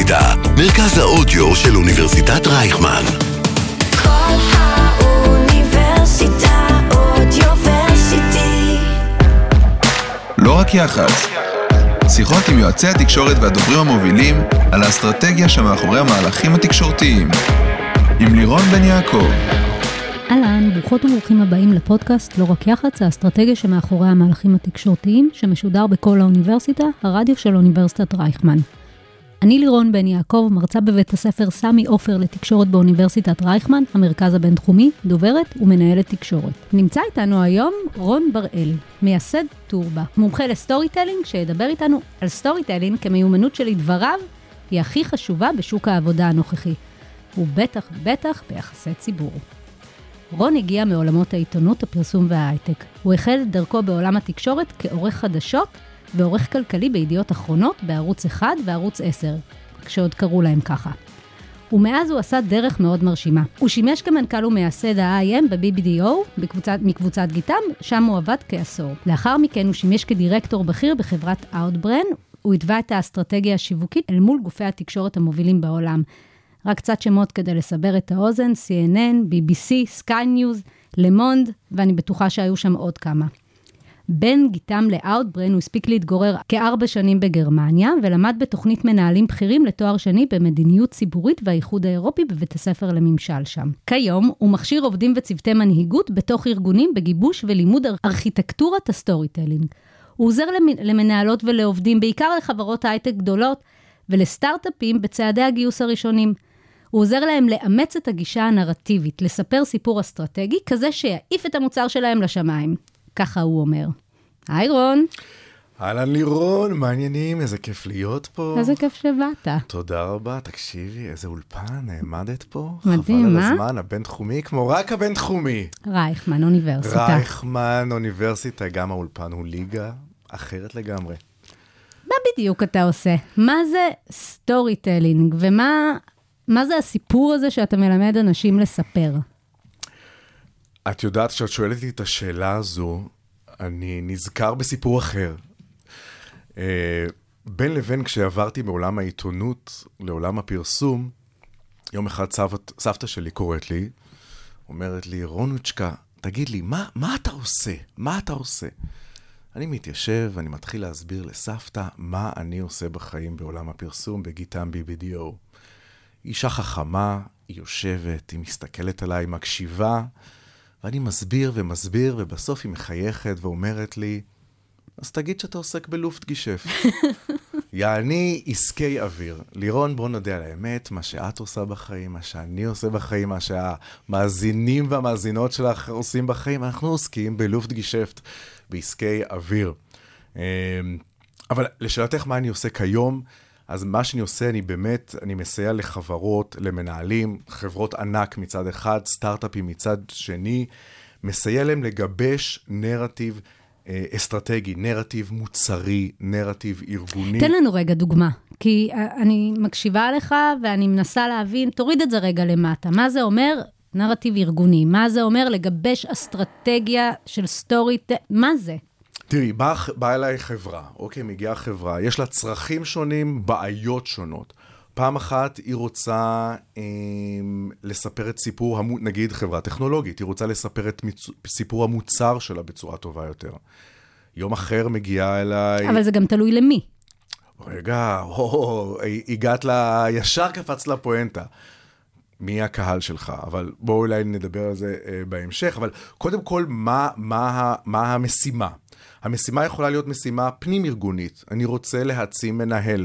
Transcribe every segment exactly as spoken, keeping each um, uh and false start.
אוניברסיטה, מרכז האודיו של אוניברסיטת רייכמן. כל האוניברסיטה אודיוורסיטי. לא רק יח"צ, שיחות עם יועצי התקשורת והדוברים המובילים על האסטרטגיה שמאחורי המהלכים התקשורתיים. עם לירון בן יעקב. אהלן, ברוכות וברוכים הבאים לפודקאסט לא רק יח"צ, האסטרטגיה שמאחורי המהלכים התקשורתיים, שמשודר בכל האוניברסיטה, הרדיו של אוניברסיטת רייכמן. אני לירון בן יעקב, מרצה בבית הספר סמי עופר לתקשורת באוניברסיטת רייכמן, המרכז הבינתחומי, דוברת ומנהלת תקשורת. נמצא איתנו היום רון בראל, מייסד טורבה, מומחה לסטורי טלינג, שידבר איתנו על סטורי טלינג כמיומנות שלדבריו היא הכי חשובה בשוק העבודה הנוכחי, ובטח בטח ביחסי ציבור. רון הגיע מעולמות העיתונות, הפרסום וההייטק. הוא החל דרכו בעולם התקשורת כעורך חדשות ועורך כלכלי בידיעות אחרונות בערוץ אחד וערוץ עשר, כשעוד קראו להם ככה. ומאז הוא עשה דרך מאוד מרשימה. הוא שימש כמנכ"ל ומייסד ה-איי אם ב-בי בי די או בקבוצת, מקבוצת גיטם, שם הוא עבד כעשור. לאחר מכן הוא שימש כדירקטור בכיר בחברת Outbrain. הוא התווה את האסטרטגיה השיווקית אל מול גופי התקשורת המובילים בעולם. רק קצת שמות כדי לסבר את האוזן, סי אן אן, בי בי סי, סקיי ניוז, למונד, ואני בטוחה שהיו שם עוד כמה. בין גיטם ל-Outbrain הוא הספיק להתגורר כארבע שנים בגרמניה, ולמד בתוכנית מנהלים בכירים לתואר שני במדיניות ציבורית והאיחוד האירופי בבית הספר לממשל שם. כיום הוא מכשיר עובדים וצוותי מנהיגות בתוך ארגונים בגיבוש ולימוד ארכיטקטורת הסטורי טלינג. הוא עוזר למנהלות ולעובדים, בעיקר לחברות הייטק גדולות ולסטארט-אפים בצעדי הגיוס הראשונים. הוא עוזר להם לאמץ את הגישה הנרטיבית, לספר סיפור אסטרטגי כזה שיעיף את המוצר שלהם לשמיים. ככה הוא אומר. היי רון. אהלן לירון, מעניינים, איזה כיף להיות פה. איזה כיף שבאת. תודה רבה, תקשיבי, איזה אולפן, נעמדת פה. מדהים, חבל מה? על הזמן, הבינתחומי, כמו רק הבינתחומי. רייכמן אוניברסיטה. רייכמן אוניברסיטה, גם האולפן הוא ליגה אחרת לגמרי. מה בדיוק אתה עושה? מה זה סטורי טלינג, ומה מה זה הסיפור הזה שאתה מלמד אנשים לספר? את יודעת, כשאת שואלת לי את השאלה הזו, אני נזכר בסיפור אחר. בין לבין כשעברתי מעולם העיתונות לעולם הפרסום, יום אחד סבת, סבתא שלי קוראת לי, אומרת לי, רונוצ'קה, תגיד לי, מה, מה אתה עושה? מה אתה עושה? אני מתיישב, אני מתחיל להסביר לסבתא מה אני עושה בחיים בעולם הפרסום בגיטם בי בי די או. אישה חכמה, היא יושבת, היא מסתכלת עליי, היא מקשיבה, ואני מסביר ומסביר, ובסוף היא מחייכת ואומרת לי, אז תגיד שאתה עוסק בלופט גישף. יעני עסקי אוויר. לירון, בוא נדע על האמת, מה שאת עושה בחיים, מה שאני עושה בחיים, מה שהמאזינים והמאזינות שלך עושים בחיים, אנחנו עוסקים בלופט גישפט, בעסקי אוויר. אבל לשאלתך מה אני עושה כיום, אז מה שאני עושה, אני באמת, אני מסייע לחברות, למנהלים, חברות ענק מצד אחד, סטארט-אפים מצד שני, מסייע להם לגבש נרטיב אסטרטגי, נרטיב מוצרי, נרטיב ארגוני. תן לנו רגע דוגמה, כי אני מקשיבה לך ואני מנסה להבין, תוריד את זה רגע למטה. מה זה אומר נרטיב ארגוני? מה זה אומר לגבש אסטרטגיה של סטורי? מה זה? תראי, באה בא אליי חברה, אוקיי, מגיעה חברה, יש לה צרכים שונים, בעיות שונות. פעם אחת היא רוצה אה, לספר את סיפור, המו, נגיד חברה טכנולוגית, היא רוצה לספר את מצ... סיפור המוצר שלה בצורה טובה יותר. יום אחר מגיעה אליי... אבל זה גם תלוי למי. רגע, הו, הגעת לה, ישר קפץ לפואנטה. מי הקהל שלך? אבל בואו אולי נדבר על זה אה, בהמשך. אבל קודם כל, מה, מה, מה המשימה? המשימה יכולה להיות משימה פנים-ארגונית. אני רוצה להעצים מנהל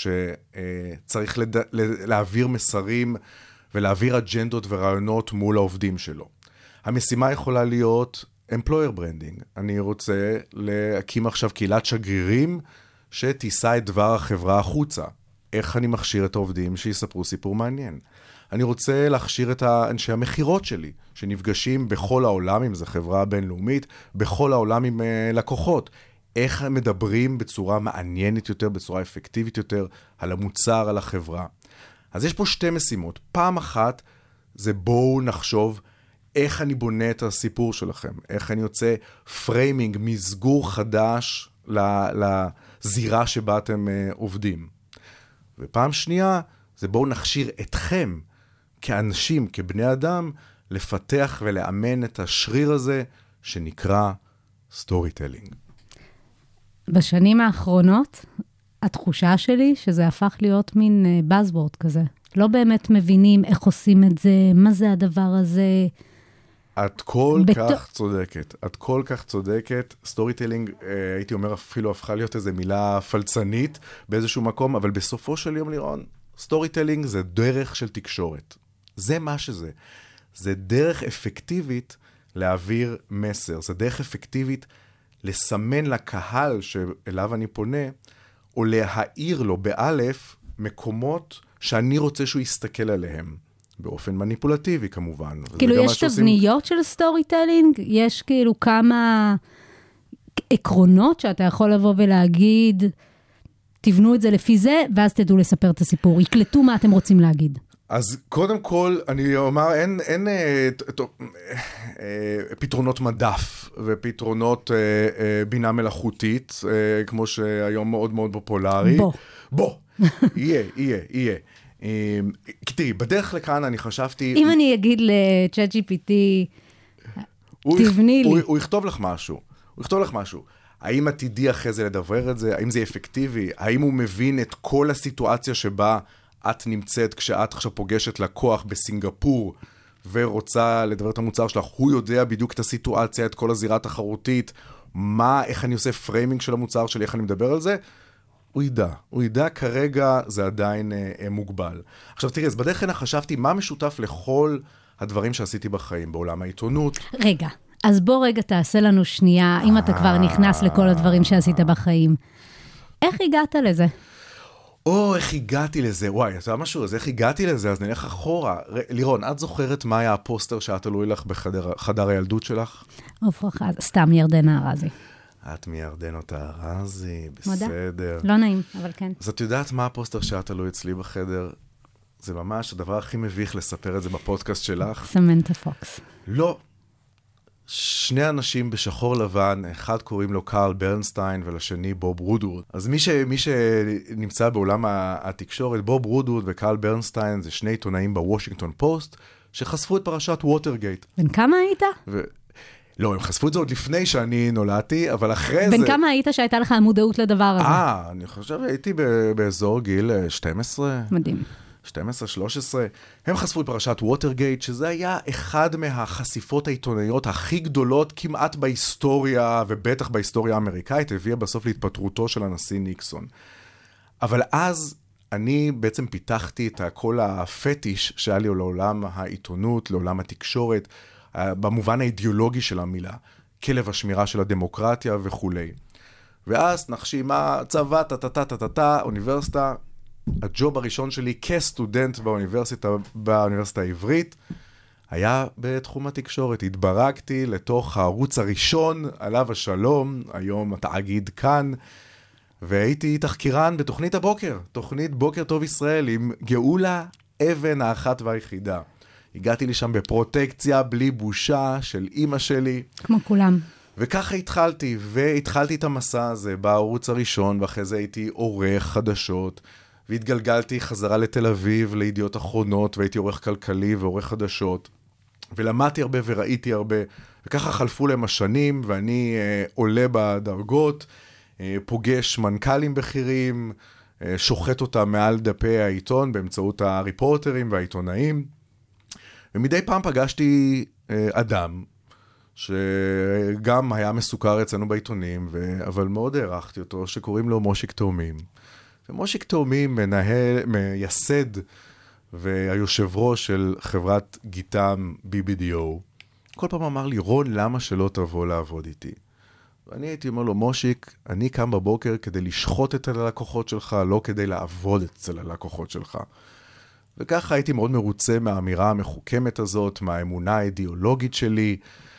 שצריך לד... להעביר מסרים ולהעביר אג'נדות ורעיונות מול העובדים שלו. המשימה יכולה להיות employer branding. אני רוצה להקים עכשיו קהילת שגרירים שתישא את דבר החברה החוצה. איך אני מכשיר את העובדים שיספרו סיפור מעניין. אני רוצה להכשיר את אנשי המחירות שלי, שנפגשים בכל העולם, אם זו חברה בינלאומית, בכל העולם עם לקוחות. איך הם מדברים בצורה מעניינת יותר, בצורה אפקטיבית יותר, על המוצר, על החברה. אז יש פה שתי משימות. פעם אחת, זה בואו נחשוב איך אני בונה את הסיפור שלכם, איך אני יוצא פריימינג, מסגור חדש לזירה שבה אתם עובדים. ופעם שנייה, זה בואו נכשיר אתכם, כאנשים, כבני אדם, לפתח ולאמן את השריר הזה, שנקרא סטורי טלינג. בשנים האחרונות, התחושה שלי שזה הפך להיות מין בזוורד כזה. לא באמת מבינים איך עושים את זה, מה זה הדבר הזה. את כל בת... כך צודקת, את כל כך צודקת. סטורי טלינג, הייתי אומר, אפילו הפכה להיות איזו מילה פלצנית באיזשהו מקום, אבל בסופו של יום, לירון, סטורי טלינג זה דרך של תקשורת. זה מה שזה. זה דרך אפקטיבית להעביר מסר. זה דרך אפקטיבית לסמן לקהל שאליו אני פונה, או להעיר לו באלף מקומות שאני רוצה שהוא יסתכל עליהם. באופן מניפולטיבי כמובן. כאילו יש תבניות של סטורי טלינג? יש כאילו כמה עקרונות שאתה יכול לבוא ולהגיד, תבנו את זה לפי זה, ואז תדעו לספר את הסיפור. יקלטו מה אתם רוצים להגיד. אז קודם כל, אני אומר, אין, אין אה, ת, אה, אה, פתרונות מדף ופתרונות אה, אה, בינה מלאכותית, אה, כמו שהיום מאוד מאוד פופולרי. בוא. בוא, יהיה, יהיה, יהיה. אה, תראי, בדרך לכאן אני חשבתי... אם אני אגיד ל-צ'אט ג'י פי טי, תבני לי. הוא, הוא יכתוב לך משהו, הוא יכתוב לך משהו. האם עתידי אחרי זה לדבר את זה? האם זה אפקטיבי? האם הוא מבין את כל הסיטואציה שבה את נמצאת כשאת עכשיו פוגשת לקוח בסינגפור ורוצה לדבר את המוצר שלך? הוא יודע בדיוק את הסיטואציה, את כל הזירה התחרותית, מה, איך אני עושה פריימינג של המוצר שלי, איך אני מדבר על זה? הוא ידע. הוא ידע כרגע, זה עדיין אה, מוגבל. עכשיו תראי, אז בדרך כלל חשבתי מה משותף לכל הדברים שעשיתי בחיים, בעולם העיתונות. רגע, אז בוא רגע תעשה לנו שנייה, אם אתה כבר נכנס לכל הדברים שעשית בחיים. איך הגעת לזה? או, איך הגעתי לזה? וואי, אתה יודע משהו, אז איך הגעתי לזה? אז נלך אחורה. לירון, את זוכרת מה היה הפוסטר שאת תלוי לך בחדר הילדות שלך? עופרה, סתם ירדנה ארזי. את מירדן אותה ארזי, בסדר. לא נעים, אבל כן. אז את יודעת מה הפוסטר שאת תלוי אצלי בחדר? זה ממש הדבר הכי מביך לספר את זה בפודקאסט שלך. סמנטה פוקס. לא. שני אנשים בשחור לבן, אחד קוראים לו קארל ברנסטיין ולשני בוב וודווד. אז מי, ש, מי שנמצא בעולם התקשורת, בוב וודווד וקארל ברנסטיין, זה שני עיתונאים בוושינגטון פוסט, שחשפו את פרשת ווטרגייט. בן כמה היית? ו... לא, הם חשפו את זה עוד לפני שאני נולדתי, אבל אחרי בן זה... בן כמה היית שהייתה לך המודעות לדבר הזה? אה, אני חושב, הייתי באזור גיל שתים עשרה. מדהים. שתים עשרה שלוש עשרה, הם חשפו את פרשת ווטרגייט, שזה היה אחד מהחשיפות העיתונאיות הכי גדולות כמעט בהיסטוריה, ובטח בהיסטוריה האמריקאית, הביאה בסוף להתפטרותו של הנשיא ניקסון. אבל אז אני בעצם פיתחתי את כל הפטיש שהיה לי לעולם העיתונות, לעולם התקשורת, במובן האידיאולוגי של המילה, כלב השמירה של הדמוקרטיה וכו'. ואז נחשי מה צבא, טטטטטטטה, אוניברסיטה, הג'וב הראשון שלי כסטודנט באוניברסיטה, באוניברסיטה העברית, היה בתחום התקשורת. התברקתי לתוך הערוץ הראשון, עליו השלום, היום התאגיד כאן, והייתי תחקירן בתוכנית הבוקר, תוכנית בוקר טוב ישראל, עם גאולה אבן האחת והיחידה. הגעתי לשם בפרוטקציה, בלי בושה, של אמא שלי. כמו כולם. וככה התחלתי, והתחלתי את המסע הזה בערוץ הראשון, ואחרי זה הייתי עורך חדשות, והתגלגלתי חזרה לתל אביב, לידיעות אחרונות, והייתי עורך כלכלי ועורך חדשות, ולמדתי הרבה וראיתי הרבה, וככה חלפו להם השנים, ואני אה, עולה בדרגות, אה, פוגש מנכ"לים בכירים, אה, שוחט אותם מעל דפי העיתון, באמצעות הריפורטרים והעיתונאים, ומדי פעם פגשתי אה, אדם, שגם היה מסוכר אצלנו בעיתונים, ו... אבל מאוד הערכתי אותו, שקוראים לו מושיק תאומים. ומושיק תאומים מנהל, מייסד, והיושב ראש של חברת גיטם בי בי די או, כל פעם אמר לי, רון, למה שלא תבוא לעבוד איתי? ואני הייתי אומר לו, מושיק, אני קם בבוקר כדי לשחוט את הלקוחות שלך, לא כדי לעבוד אצל הלקוחות שלך. וככה הייתי מאוד מרוצה מהאמירה המחוכמת הזאת, מהאמונה האידיאולוגית שלי,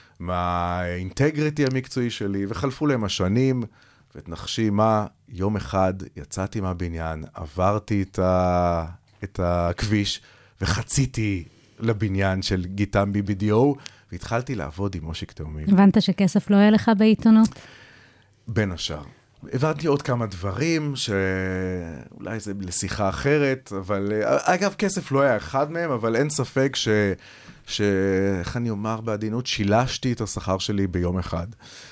מהאינטגריטי המקצועי שלי, וחלפו להם השנים, ותנחשי מה, יום אחד יצאתי מהבניין, עברתי את, ה... את הכביש, וחציתי לבניין של גיטם בי בי די או, והתחלתי לעבוד עם מושיק תאומים. הבנת שכסף לא היה לך בעיתונות? בין השאר. הבנתי עוד כמה דברים, שאולי זה לשיחה אחרת, אבל אגב, כסף לא היה אחד מהם, אבל אין ספק ש... שאיך אני אומר בעדינות, שילשתי את השכר שלי ביום אחד.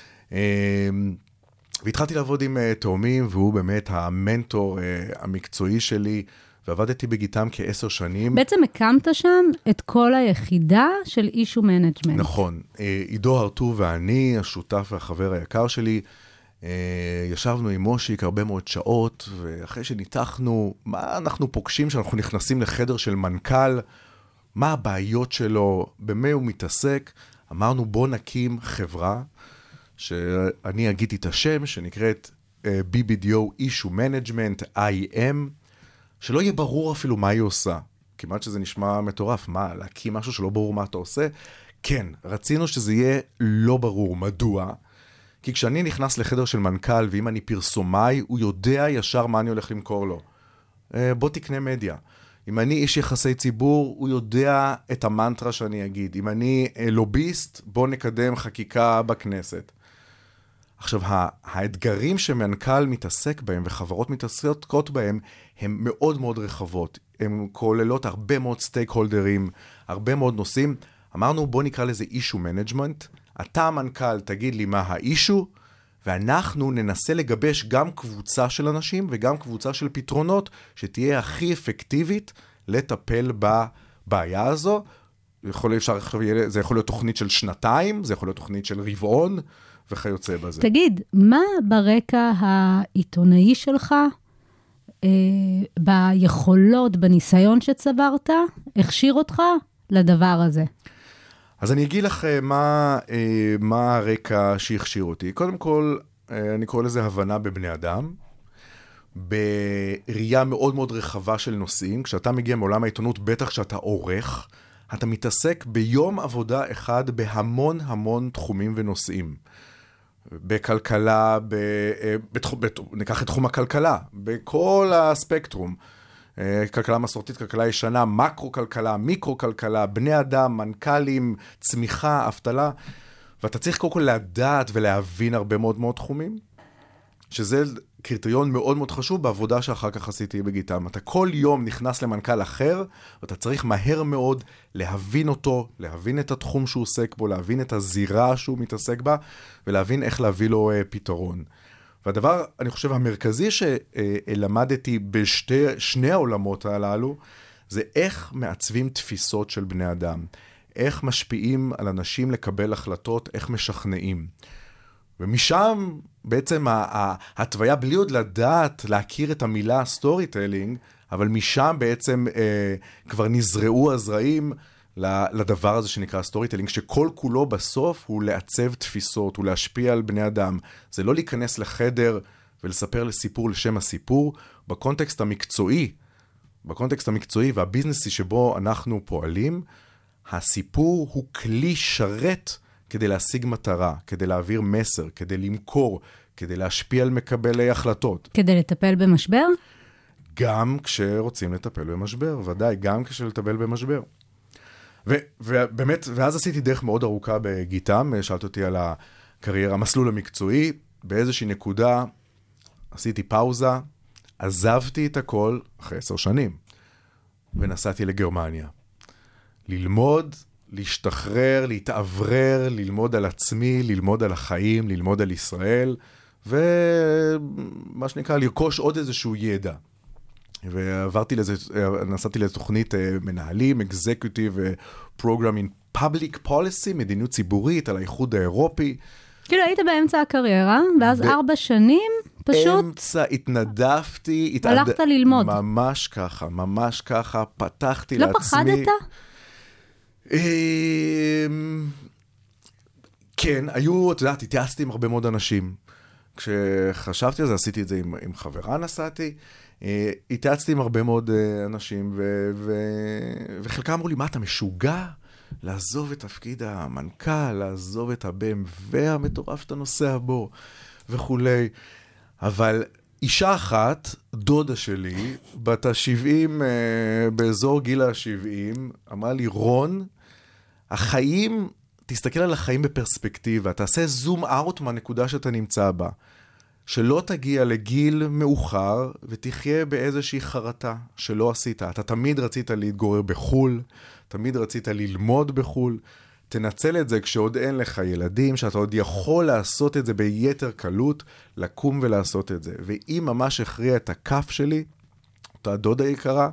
והתחלתי לעבוד עם תאומים, והוא באמת המנטור המקצועי שלי, ועבדתי בגיטם כעשר שנים. בעצם הקמת שם את כל היחידה של אישו מנג'מנט. נכון. עידו הרטוב ואני, השותף והחבר היקר שלי, ישבנו עם מושיק הרבה מאוד שעות, ואחרי שניתחנו מה אנחנו פוגשים שאנחנו נכנסים לחדר של מנכ"ל, מה הבעיות שלו, במה הוא מתעסק, אמרנו בוא נקים חברה, שאני אגיד את השם, שנקראת בי בי די או Issue Management, איי אם, שלא יהיה ברור אפילו מה היא עושה. כמעט שזה נשמע מטורף, מה, להקים משהו שלא ברור מה אתה עושה? כן, רצינו שזה יהיה לא ברור. מדוע? כי כשאני נכנס לחדר של מנכ"ל, ואם אני פרסומאי, הוא יודע ישר מה אני הולך למכור לו. בוא תקנה מדיה. אם אני איש יחסי ציבור, הוא יודע את המנטרה שאני אגיד. אם אני לוביסט, בוא נקדם חקיקה בכנסת. עכשיו, האתגרים שמנכ"ל מתעסק בהם וחברות מתעסקות בהם, הם מאוד מאוד רחבות. הם כוללות הרבה מאוד סטייק הולדרים, הרבה מאוד נושאים. אמרנו, בוא נקרא לזה אישו מנג'מנט. אתה המנכ"ל, תגיד לי מה האישו, ואנחנו ננסה לגבש גם קבוצה של אנשים וגם קבוצה של פתרונות שתהיה הכי אפקטיבית לטפל בבעיה הזו. יכול, אפשר, זה יכול להיות תוכנית של שנתיים, זה יכול להיות תוכנית של רבעון, וכיוצא בזה. תגיד, מה ברקע העיתונאי שלך, אה, ביכולות, בניסיון שצברת, הכשיר אותך לדבר הזה? אז אני אגיד לך מה, מה הרקע שהכשיר אותי. קודם כל, אני קורא לזה הבנה בבני אדם, בראייה מאוד מאוד רחבה של נושאים. כשאתה מגיע מעולם העיתונות, בטח שאתה עורך, אתה מתעסק ביום עבודה אחד בהמון המון תחומים ונושאים. בכלכלה, ב, בתח, בת, ניקח את תחום הכלכלה, בכל הספקטרום. כלכלה מסורתית, כלכלה ישנה, מקרו-כלכלה, מיקרו-כלכלה, בני אדם, מנכ"לים, צמיחה, אבטלה, ואתה צריך קודם כל לדעת ולהבין הרבה מאוד מאוד תחומים, שזה קריטריון מאוד מאוד חשוב בעבודה שאחר כך עשיתי בגיטם. אתה כל יום נכנס למנכ"ל אחר, ואתה צריך מהר מאוד להבין אותו, להבין את התחום שהוא עוסק בו, להבין את הזירה שהוא מתעסק בה, ולהבין איך להביא לו פתרון. והדבר, אני חושב, המרכזי שלמדתי בשני העולמות הללו, זה איך מעצבים תפיסות של בני אדם, איך משפיעים על אנשים לקבל החלטות, איך משכנעים. ומשם בעצם ההתוויה, בלי עוד לדעת, להכיר את המילה סטורי טיילינג, אבל משם בעצם אה, כבר נזרעו הזרעים לדבר הזה שנקרא סטורי טיילינג, שכל כולו בסוף הוא לעצב תפיסות, הוא להשפיע על בני אדם. זה לא להיכנס לחדר ולספר לסיפור לשם הסיפור, בקונטקסט המקצועי, בקונטקסט המקצועי והביזנסי שבו אנחנו פועלים, הסיפור הוא כלי שרת כדי להשיג מטרה, כדי להעביר מסר, כדי למכור, כדי להשפיע על מקבלי החלטות. כדי לטפל במשבר? גם כשרוצים לטפל במשבר, ודאי, גם כשלטפל במשבר. ו- ובאמת, ואז עשיתי דרך מאוד ארוכה בגיטם, שאלת אותי על הקריירה, המסלול המקצועי, באיזושהי נקודה עשיתי פאוזה, עזבתי את הכל אחרי עשר שנים, ונסעתי לגרמניה. ללמוד, להשתחרר, להתעברר, ללמוד על עצמי, ללמוד על החיים, ללמוד על ישראל, ומה שנקרא, לרכוש עוד איזשהו ידע. ועברתי לזה, נסעתי לתוכנית מנהלים, Executive Program in Public Policy, מדיניות ציבורית על האיחוד האירופי. כאילו היית באמצע הקריירה, ואז ב- ארבע שנים פשוט... אמצע, התנדפתי. הלכת התעד... ללמוד. ממש ככה, ממש ככה, פתחתי לא לעצמי. לא פחדת? כן, היו, אתה יודעת, התייעצתי עם הרבה מאוד אנשים. כשחשבתי על זה, עשיתי את זה עם, עם חברה, נסעתי, התייעצתי עם הרבה מאוד אנשים, ו, ו, וחלקם אמרו לי, מה, אתה משוגע? לעזוב את תפקיד המנכ"ל, לעזוב את ה-בי אם דאבליו המטורף שאתה נוסע בו, וכולי. אבל אישה אחת, דודה שלי, בת ה-שבעים, באזור גיל ה-שבעים, אמרה לי, רון, החיים, תסתכל על החיים בפרספקטיבה, תעשה זום אאוט מהנקודה שאתה נמצא בה. שלא תגיע לגיל מאוחר ותחיה באיזושהי חרטה שלא עשית. אתה תמיד רצית להתגורר בחול, תמיד רצית ללמוד בחול, תנצל את זה כשעוד אין לך ילדים, שאתה עוד יכול לעשות את זה ביתר קלות, לקום ולעשות את זה. והיא ממש הכריעה את הכף שלי, אותה דודה יקרה,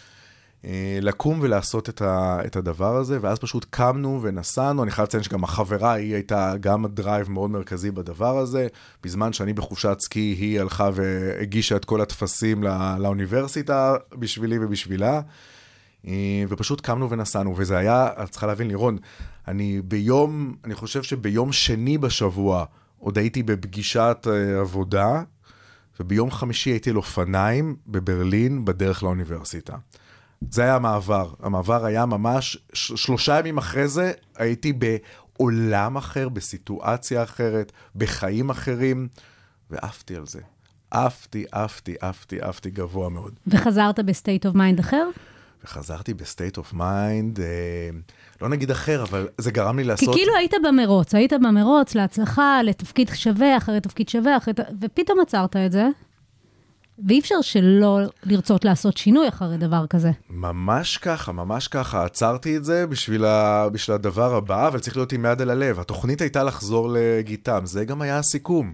לקום ולעשות את, ה, את הדבר הזה, ואז פשוט קמנו ונסענו. אני חייב לציין שגם החברה, היא הייתה גם הדרייב מאוד מרכזי בדבר הזה. בזמן שאני בחופשת סקי, היא הלכה והגישה את כל התפסים לא, לאוניברסיטה בשבילי ובשבילה. ופשוט קמנו ונסענו, וזה היה, את צריכה להבין לירון, אני ביום, אני חושב שביום שני בשבוע, עוד הייתי בפגישת עבודה, וביום חמישי הייתי על אופניים בברלין, בדרך לאוניברסיטה. זה היה המעבר. המעבר היה ממש, שלושה ימים אחרי זה, הייתי בעולם אחר, בסיטואציה אחרת, בחיים אחרים, ואהבתי על זה. אהבתי, אהבתי, אהבתי, אהבתי גבוה מאוד. וחזרת בסטייט אוף מיינד אחר? וחזרתי בסטייט אוף מיינד, לא נגיד אחר, אבל זה גרם לי לעשות... כי כאילו היית במרוץ, היית במרוץ להצלחה, לתפקיד שווה, אחרי תפקיד שווה, אחרי... ופתאום עצרת את זה, ואי אפשר שלא לרצות לעשות שינוי אחרי דבר כזה. ממש ככה, ממש ככה. עצרתי את זה בשביל, ה... בשביל הדבר הבא, אבל צריך להיות עם יד אל הלב. התוכנית הייתה לחזור לגיטם, זה גם היה הסיכום.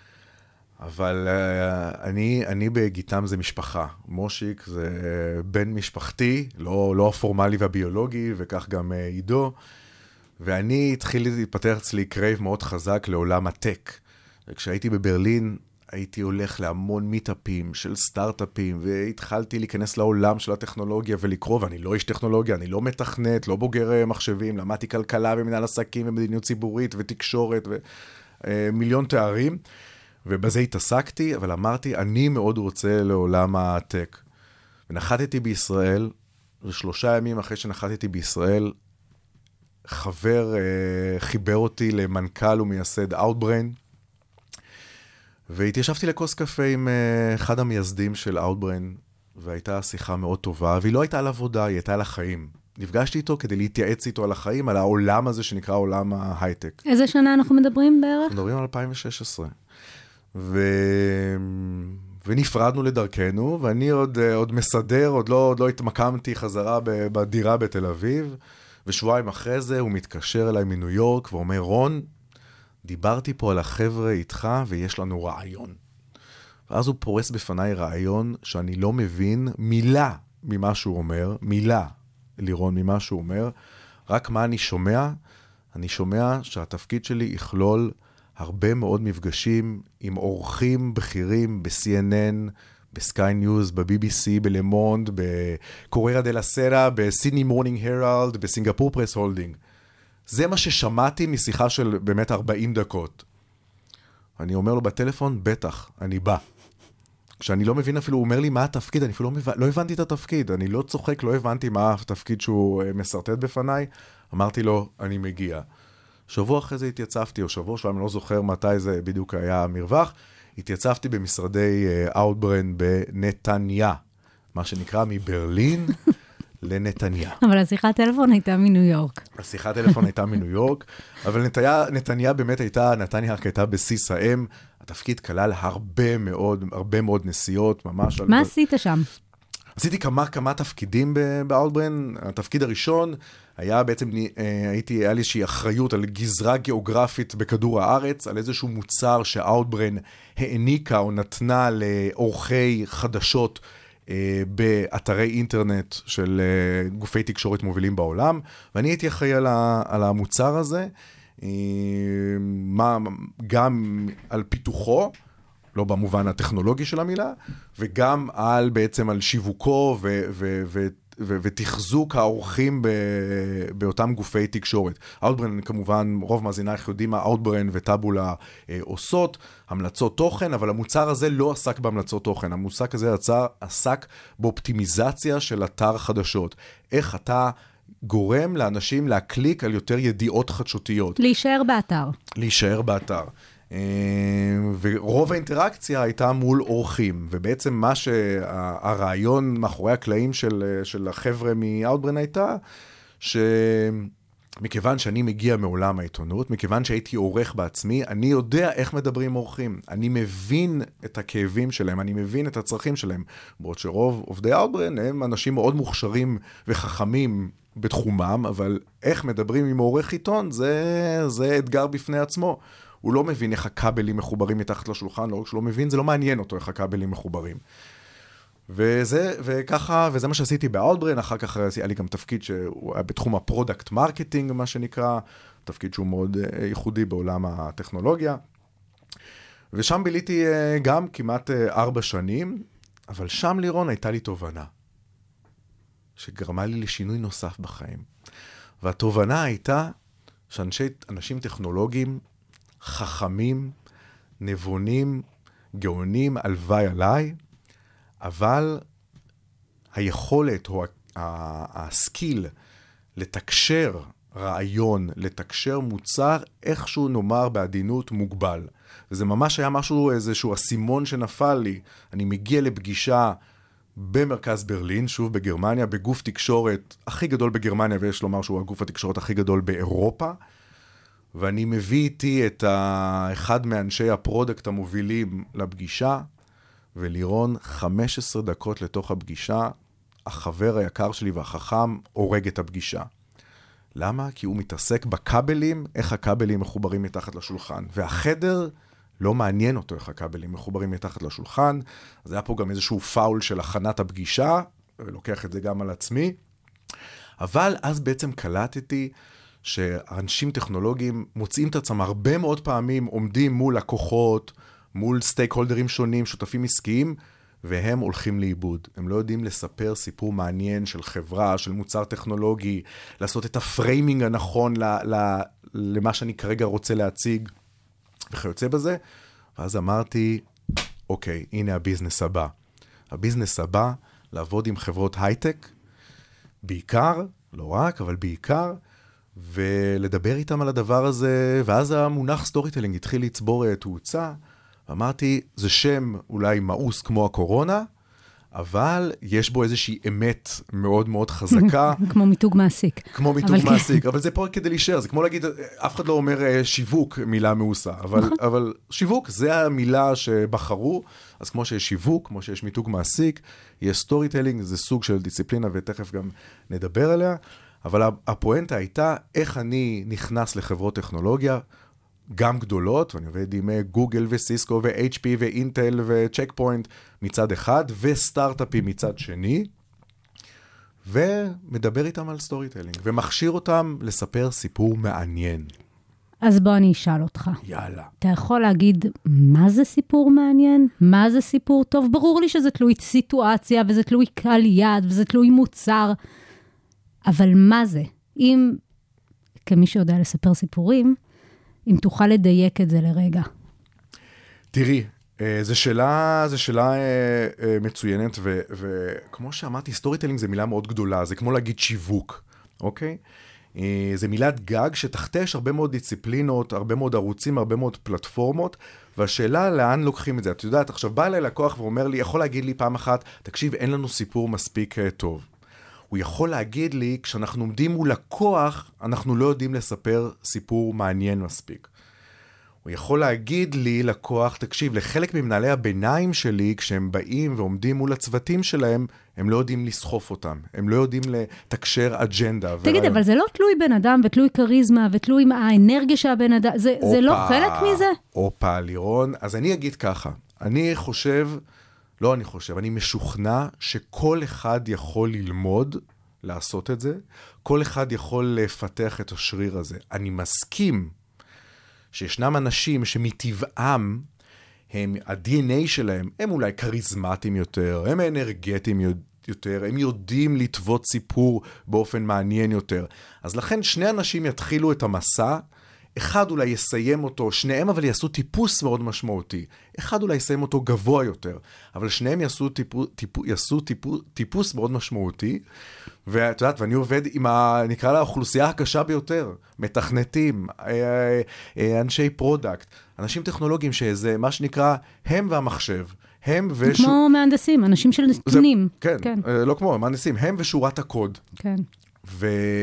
אבל uh, אני, אני בגיטם זה משפחה. מושיק זה בן משפחתי, לא, לא הפורמלי והביולוגי, וכך גם uh, עידו. ואני התחיל להתפתח אצלי קרייב מאוד חזק לעולם הטק. כשהייתי בברלין, הייתי הולך להמון מיטאפים של סטארט-אפים, והתחלתי להיכנס לעולם של הטכנולוגיה ולקרוא, ואני לא איש טכנולוגיה, אני לא מתכנת, לא בוגר מחשבים, למדתי כלכלה ומנהל עסקים ומדיניות ציבורית ותקשורת ומיליון תארים, ובזה התעסקתי, אבל אמרתי, אני מאוד רוצה לעולם הטק. ונחתתי בישראל, ושלושה ימים אחרי שנחתתי בישראל, חבר חיבר אותי למנכ"ל ומייסד Outbrain, והתיישבתי לכוס קפה עם אחד המייסדים של Outbrain, והייתה שיחה מאוד טובה, והיא לא הייתה על עבודה, היא הייתה על החיים. נפגשתי איתו כדי להתייעץ איתו על החיים, על העולם הזה שנקרא עולם ההייטק. איזה שנה אנחנו מדברים בערך? אנחנו מדברים על אלפיים ושש עשרה. ו... ונפרדנו לדרכנו, ואני עוד, עוד מסדר, עוד לא, עוד לא התמקמתי חזרה בדירה בתל אביב, ושבועיים אחרי זה הוא מתקשר אליי מניו יורק, ואומר, רון, דיברתי פה על החבר'ה איתך, ויש לנו רעיון. ואז הוא פורס בפניי רעיון, שאני לא מבין מילה ממה שהוא אומר, מילה, לירון, ממה שהוא אומר, רק מה אני שומע? אני שומע שהתפקיד שלי יכלול הרבה מאוד מפגשים עם אורחים בכירים ב-סי אן אן, בסקיי ניוז, ב-בי בי סי, בלמונד, בקוריירה דה לה סרה, בסידני מורנינג הרלד, בסינגפור פרס הולדינג. זה מה ששמעתי משיחה של באמת ארבעים דקות. אני אומר לו בטלפון, בטח, אני בא. כשאני לא מבין אפילו, הוא אומר לי מה התפקיד, אני אפילו לא, מב... לא הבנתי את התפקיד, אני לא צוחק, לא הבנתי מה התפקיד שהוא מסרטט בפניי, אמרתי לו, אני מגיע. שבוע אחרי זה התייצבתי, או שבוע שבוע, אני לא זוכר מתי זה בדיוק היה המרווח, התייצבתי במשרדי Outbrain בנתניה, מה שנקרא מברלין לנתניה. אבל השיחת טלפון הייתה מניו יורק. השיחת טלפון הייתה מניו יורק, אבל נתניה, נתניה באמת הייתה, נתניה הייתה בסיס האם, התפקיד כלל הרבה מאוד, הרבה מאוד נסיעות, ממש. מה עשית שם? עשיתי כמה, כמה תפקידים ב-Outbrain. התפקיד הראשון היה בעצם, הייתי, היה לי איזושהי אחריות על גזרה גיאוגרפית בכדור הארץ, על איזשהו מוצר ש-Outbrain העניקה או נתנה לאורחי חדשות באתרי אינטרנט של גופי תקשורת מובילים בעולם, ואני הייתי אחראי על, על המוצר הזה, מה, גם על פיתוחו, לא במובן הטכנולוגי של המילה, וגם על בעצם על שיווקו ו, ו, ו, ו, ותחזוק האורחים ב, באותם גופי תקשורת. Outbrain, כמובן, רוב מאזינייך יודעים מה Outbrain וטאבולה אה, עושות, המלצות תוכן, אבל המוצר הזה לא עסק בהמלצות תוכן. המוצר הזה עסק, עסק באופטימיזציה של אתר חדשות. איך אתה גורם לאנשים להקליק על יותר ידיעות חדשותיות. להישאר באתר. להישאר באתר. ורוב האינטראקציה הייתה מול אורחים, ובעצם מה שהרעיון מאחורי הקלעים של, של החבר'ה מ-Outbrain הייתה, מכיוון שאני מגיע מעולם העיתונות, מכיוון שהייתי עורך בעצמי, אני יודע איך מדברים עורכים. אני מבין את הכאבים שלהם, אני מבין את הצרכים שלהם. בעוד שרוב עובדי Outbrain הם אנשים מאוד מוכשרים וחכמים בתחומם, אבל איך מדברים עם עורך עיתון, זה, זה אתגר בפני עצמו. הוא לא מבין איך הכבלים מחוברים מתחת לשולחן, לא רק שהוא לא מבין, זה לא מעניין אותו איך הכבלים מחוברים. וזה, וככה, וזה מה שעשיתי ב-Outbrain, אחר כך היה לי גם תפקיד שהוא היה בתחום הפרודקט מרקטינג, מה שנקרא, תפקיד שהוא מאוד ייחודי בעולם הטכנולוגיה. ושם ביליתי גם כמעט ארבע שנים, אבל שם לירון הייתה לי תובנה, שגרמה לי לשינוי נוסף בחיים. והתובנה הייתה שאנשים טכנולוגיים, חכמים, נבונים, גאונים, הלוואי עליי, אבל היכולת או הסקיל לתקשר רעיון, לתקשר מוצר, איכשהו נאמר בעדינות מוגבל. וזה ממש היה משהו, איזשהו הסימון שנפל לי. אני מגיע לפגישה במרכז ברלין, שוב בגרמניה, בגוף תקשורת הכי גדול בגרמניה, ויש לומר שהוא הגוף התקשורת הכי גדול באירופה, ואני מביא איתי את אחד מאנשי הפרודקט המובילים לפגישה, ולירון חמש עשרה דקות לתוך הפגישה, החבר היקר שלי והחכם הורג את הפגישה. למה? כי הוא מתעסק בכבלים, איך הכבלים מחוברים מתחת לשולחן. והחדר לא מעניין אותו איך הכבלים מחוברים מתחת לשולחן. אז היה פה גם איזשהו פאול של הכנת הפגישה, ולוקח את זה גם על עצמי. אבל אז בעצם קלטתי שאנשים טכנולוגיים מוצאים את עצמם הרבה מאוד פעמים, עומדים מול לקוחות, מול סטייק הולדרים שונים, שותפים עסקיים, והם הולכים לאיבוד. הם לא יודעים לספר סיפור מעניין של חברה, של מוצר טכנולוגי, לעשות את הפריימינג הנכון ל, ל, למה שאני כרגע רוצה להציג, וכיוצא בזה. ואז אמרתי, אוקיי, הנה הביזנס הבא. הביזנס הבא, לעבוד עם חברות הייטק, בעיקר, לא רק, אבל בעיקר, ולדבר איתם על הדבר הזה, ואז המונח סטורי טלינג התחיל לצבור תאוצה, אמרתי, זה שם אולי מאוס כמו הקורונה, אבל יש בו איזושהי אמת מאוד מאוד חזקה. כמו מיתוג מעסיק. כמו מיתוג מעסיק, אבל זה פה כדי להישאר, זה כמו להגיד, אף אחד לא אומר שיווק מילה מאוסה, אבל, אבל שיווק זה המילה שבחרו, אז כמו שיש שיווק, כמו שיש מיתוג מעסיק, יש סטורי טלינג, זה סוג של דיסציפלינה, ותכף גם נדבר עליה, אבל הפואנטה הייתה, איך אני נכנס לחברות טכנולוגיה, גם גדולות, ואני עובד עם גוגל וסיסקו ו-אייץ' פי ואינטל וצ'ק פוינט מצד אחד, וסטארט-אפים מצד שני, ומדבר איתם על סטורי טלינג, ומכשיר אותם לספר סיפור מעניין. אז בוא אני אשאל אותך. יאללה. אתה יכול להגיד, מה זה סיפור מעניין? מה זה סיפור טוב? ברור לי שזה תלוי סיטואציה, וזה תלוי קהל יד, וזה תלוי מוצר, אבל מה זה? אם, כמי שיודע לספר סיפורים, אם תוכל לדייק את זה לרגע. תראי, זו שאלה, זו שאלה מצוינת, ו, וכמו שאמרתי, סטורי טלינג זה מילה מאוד גדולה, זה כמו להגיד שיווק, אוקיי? זה מילת גג שתחתיה יש הרבה מאוד דיסציפלינות, הרבה מאוד ערוצים, הרבה מאוד פלטפורמות, והשאלה לאן לוקחים את זה. את יודעת, עכשיו בא אליי לקוח ואומר לי, יכול להגיד לי פעם אחת, תקשיב, אין לנו סיפור מספיק טוב. הוא יכול להגיד לי, כשאנחנו עומדים מול לקוח, אנחנו לא יודעים לספר סיפור מעניין מספיק. הוא יכול להגיד לי, לקוח, תקשיב, לחלק ממנהלי הביניים שלי, כשהם באים ועומדים מול הצוותים שלהם, הם לא יודעים לסחוף אותם. הם לא יודעים לתקשר אג'נדה. תגיד, ורעיון. אבל זה לא תלוי בן אדם, ותלוי קריזמה, ותלוי האנרגיה שהבן אדם, זה, אופה, זה לא חלק מזה? אופה, לירון. אז אני אגיד ככה, אני חושב, לא אני חושב, אני משוכנע שכל אחד יכול ללמוד לעשות את זה, כל אחד יכול לפתח את השריר הזה. אני מסכים שישנם אנשים שמטבעם, הם, ה-די אן איי שלהם, הם אולי קריזמטיים יותר, הם אנרגטיים יותר, הם יודעים לטוות סיפור באופן מעניין יותר. אז לכן שני אנשים יתחילו את המסע, אחד אולי יסיים אותו, שניהם אבל יעשו טיפוס מאוד משמעותי. אחד אולי יסיים אותו גבוה יותר, אבל שניהם יעשו, טיפו, טיפו, יעשו טיפו, טיפוס מאוד משמעותי. ואת יודעת, ואני עובד עם, ה, נקרא לה, האוכלוסייה הקשה ביותר, מתכנתים, אנשי פרודקט, אנשים טכנולוגיים שזה מה שנקרא הם והמחשב. הם וש... כמו מהנדסים, אנשים של נתונים. כן, כן, לא כמו מהנדסים, הם ושורת הקוד. כן. ו...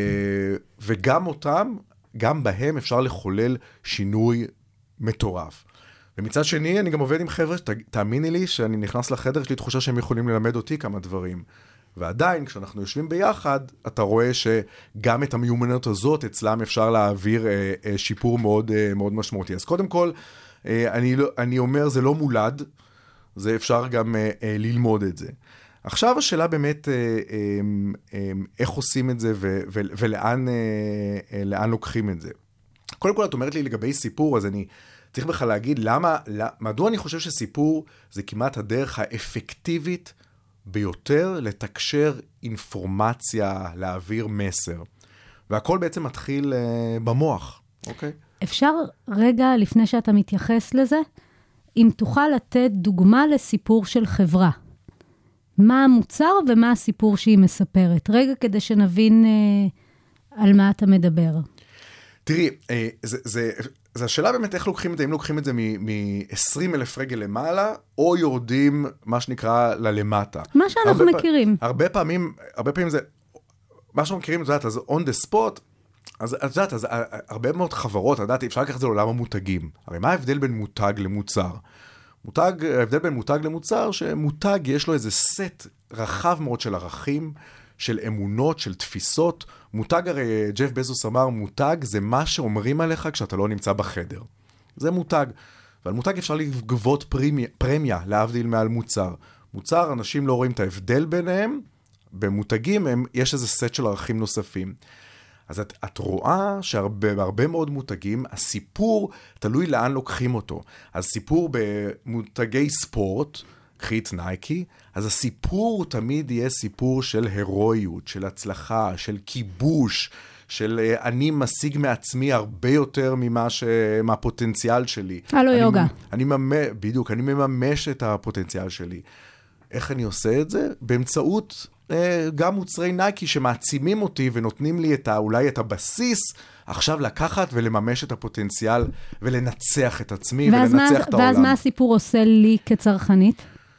וגם אותם, גם בהם אפשר לחולל שינוי מטורף. ומצד שני, אני גם עובד עם חבר'ה, תאמיני לי שאני נכנס לחדר, יש לי תחושה שהם יכולים ללמד אותי כמה דברים. ועדיין, כשאנחנו יושבים ביחד, אתה רואה שגם את המיומנות הזאת, אצלם אפשר להעביר אה, אה, שיפור מאוד, אה, מאוד משמעותי. אז קודם כל, אה, אני, אני אומר, זה לא מולד, זה אפשר גם אה, אה, ללמוד את זה. עכשיו השאלה באמת, אה, אה, אה, איך עושים את זה ו- ו- ולאן אה, אה, לאן לוקחים את זה. קודם כל, את אומרת לי לגבי סיפור, אז אני צריך בכלל להגיד, למה, למה, מדוע אני חושב שסיפור זה כמעט הדרך האפקטיבית ביותר לתקשר אינפורמציה, להעביר מסר. והכל בעצם מתחיל uh, במוח, אוקיי? אפשר רגע, לפני שאתה מתייחס לזה, אם תוכל לתת דוגמה לסיפור של חברה. מה המוצר ומה הסיפור שהיא מספרת. רגע, כדי שנבין uh, על מה אתה מדבר. תראי, uh, זה... זה אז השאלה באמת איך לוקחים את זה, אם לוקחים את זה מ-עשרים אלף רגל למעלה, או יורדים, מה שנקרא, ללמטה. מה שאנחנו מכירים. הרבה פעמים, הרבה פעמים זה, מה שאנחנו מכירים, את יודעת, אז on the spot, אז את יודעת, אז הרבה מאוד חברות, את יודעת, אפשר לקחת את זה לעולם המותגים. הרי מה ההבדל בין מותג למוצר? מותג, ההבדל בין מותג למוצר, שמותג יש לו איזה סט רחב מאוד של ערכים, של אמונות, של תפיסות. מותג, הרי ג'ף בזוס אמר, מותג זה מה שאומרים עליך כשאתה לא נמצא בחדר. זה מותג. ועל מותג אפשר לגבות פרמיה, פרמיה להבדיל מעל מוצר. מוצר, אנשים לא רואים את ההבדל ביניהם, במותגים הם, יש איזה סט של ערכים נוספים. אז את, את רואה שהרבה מאוד מותגים, הסיפור תלוי לאן לוקחים אותו. אז סיפור במותגי ספורט, קחי את נייקי, אז הסיפור תמיד יהיה סיפור של הרואיות, של הצלחה, של כיבוש, של אני משיג מעצמי הרבה יותר ממה ש... מהפוטנציאל שלי. הלו יוגה. אני ממש, בדיוק, אני מממש את הפוטנציאל שלי. איך אני עושה את זה? באמצעות אה, גם מוצרי נייקי שמעצימים אותי ונותנים לי את ה, אולי את הבסיס, עכשיו לקחת ולממש את הפוטנציאל ולנצח את עצמי ולנצח מה, את העולם. ואז מה הסיפור עושה לי כצרכנית?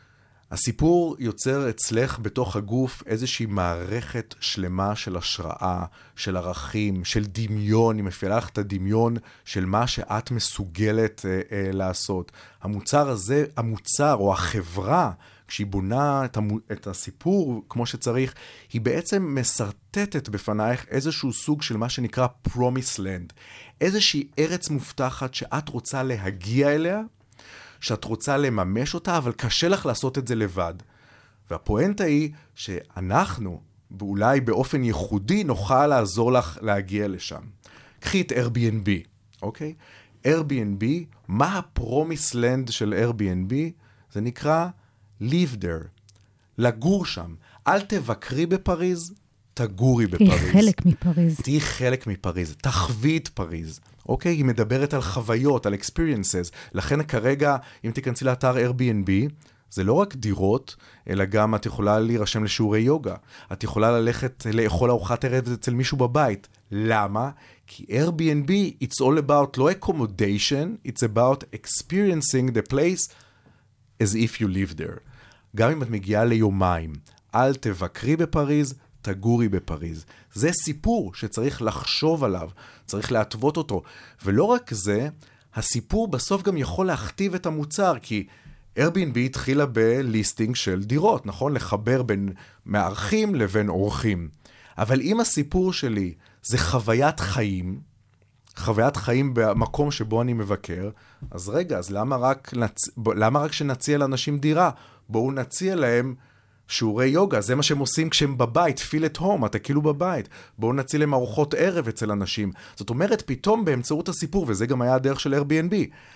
הסיפור יוצר אצלך בתוך הגוף איזושהי מערכת שלמה של השראה, של ערכים, של דמיון, היא מפעילה לך את הדמיון של מה שאת מסוגלת אה, אה, לעשות. המוצר הזה, המוצר או החברה, כשהיא בונה את, המו, את הסיפור כמו שצריך, היא בעצם מסרטטת בפנייך איזשהו סוג של מה שנקרא Promised Land. איזושהי ארץ מובטחת שאת רוצה להגיע אליה, שאת רוצה לממש אותה, אבל קשה לך לעשות את זה לבד. והפואנטה היא שאנחנו, ואולי באופן ייחודי, נוכל לעזור לך להגיע לשם. קחי את Airbnb, אוקיי? Airbnb, מה הפרומיס לנד של Airbnb? זה נקרא live there, לגור שם. אל תבקרי בפריז, תגורי בפריז. תהי חלק מפריז. תהי חלק מפריז, תחווי את פריז. אוקיי? היא מדברת על חוויות, על experiences. לכן כרגע, אם תיכנסי לאתר Airbnb, זה לא רק דירות, אלא גם את יכולה להירשם לשיעורי יוגה. את יכולה ללכת לאכול ארוחת ערב אצל מישהו בבית. למה? כי Airbnb, it's all about לא accommodation, it's about experiencing the place as if you live there. גם אם את מגיעה ליומיים, אל תבקרי בפריז, תגורי בפריז. זה סיפור שצריך לחשוב עליו, צריך להתוות אותו. ולא רק זה, הסיפור בסוף גם יכול להכתיב את המוצר, כי Airbnb התחילה בליסטינג של דירות, נכון? לחבר בין מארחים לבין אורחים. אבל אם הסיפור שלי זה חוויית חיים, חוויית חיים במקום שבו אני מבקר, אז רגע, אז למה רק, נצ... למה רק שנציע לאנשים דירה? בואו נציע להם שיעורי יוגה, זה מה שהם עושים כשהם בבית, feel at home, אתה כאילו בבית. בואו נציע להם ארוחות ערב אצל אנשים. זאת אומרת, פתאום באמצעות הסיפור, וזה גם היה הדרך של Airbnb,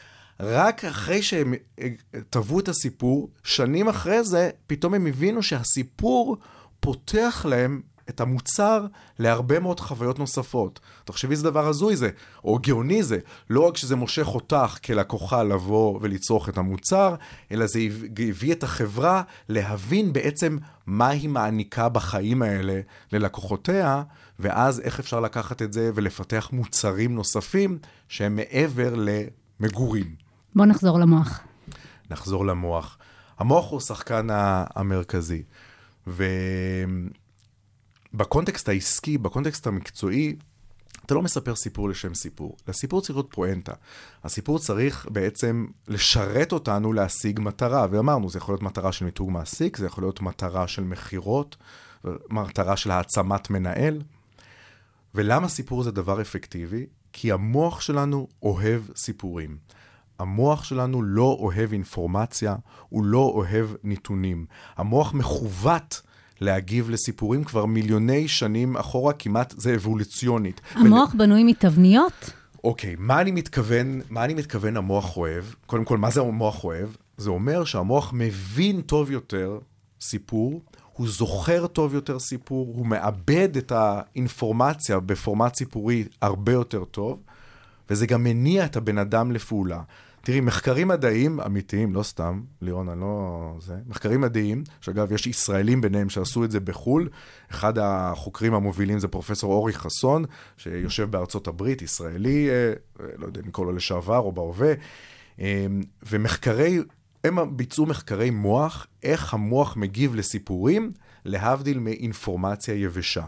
רק אחרי שהם טבעו את הסיפור, שנים אחרי זה, פתאום הם הבינו שהסיפור פותח להם את המוצר להרבה מאוד חוויות נוספות. תחשבי איזה דבר הזוי זה, או גאוני זה, לא רק שזה מושך אותך כלקוחה לבוא ולצרוך את המוצר, אלא זה הביא את החברה להבין בעצם מה היא מעניקה בחיים האלה ללקוחותיה, ואז איך אפשר לקחת את זה ולפתח מוצרים נוספים שהם מעבר למגורים. בוא נחזור למוח. נחזור למוח. המוח הוא שחקן המרכזי. ו... בקונטקסט העסקי, בקונטקסט המקצועי, אתה לא מספר סיפור לשם סיפור. לסיפור צריך להיות פואנטה. הסיפור צריך בעצם לשרת אותנו להשיג מטרה. ואמרנו, זה יכול להיות מטרה של מיתוג מעסיק, זה יכול להיות מטרה של מחירות, מטרה של העצמת מנהל. ולמה סיפור זה דבר אפקטיבי? כי המוח שלנו אוהב סיפורים. המוח שלנו לא אוהב אינפורמציה, הוא לא אוהב נתונים. המוח מכוות להגיב לסיפורים כבר מיליוני שנים אחורה, כמעט זה אבולוציונית. המוח ול... בנוי מתבניות? אוקיי, מה אני מתכוון, מה אני מתכוון המוח אוהב? קודם כל, מה זה המוח אוהב? זה אומר שהמוח מבין טוב יותר סיפור, הוא זוכר טוב יותר סיפור, הוא מאבד את האינפורמציה בפורמט סיפורי הרבה יותר טוב, וזה גם מניע את הבן אדם לפעולה. תראי, מחקרים מדעיים אמיתיים, לא סתם, לירון, אני לא... זה, מחקרים מדעיים, שאגב, יש ישראלים ביניהם שעשו את זה בחול, אחד החוקרים המובילים זה פרופסור אורי חסון, שיושב בארצות הברית, ישראלי, לא יודע, נקרא לו לשעבר או בהווה, ומחקרי, הם ביצעו מחקרי מוח, איך המוח מגיב לסיפורים, להבדיל מאינפורמציה יבשה.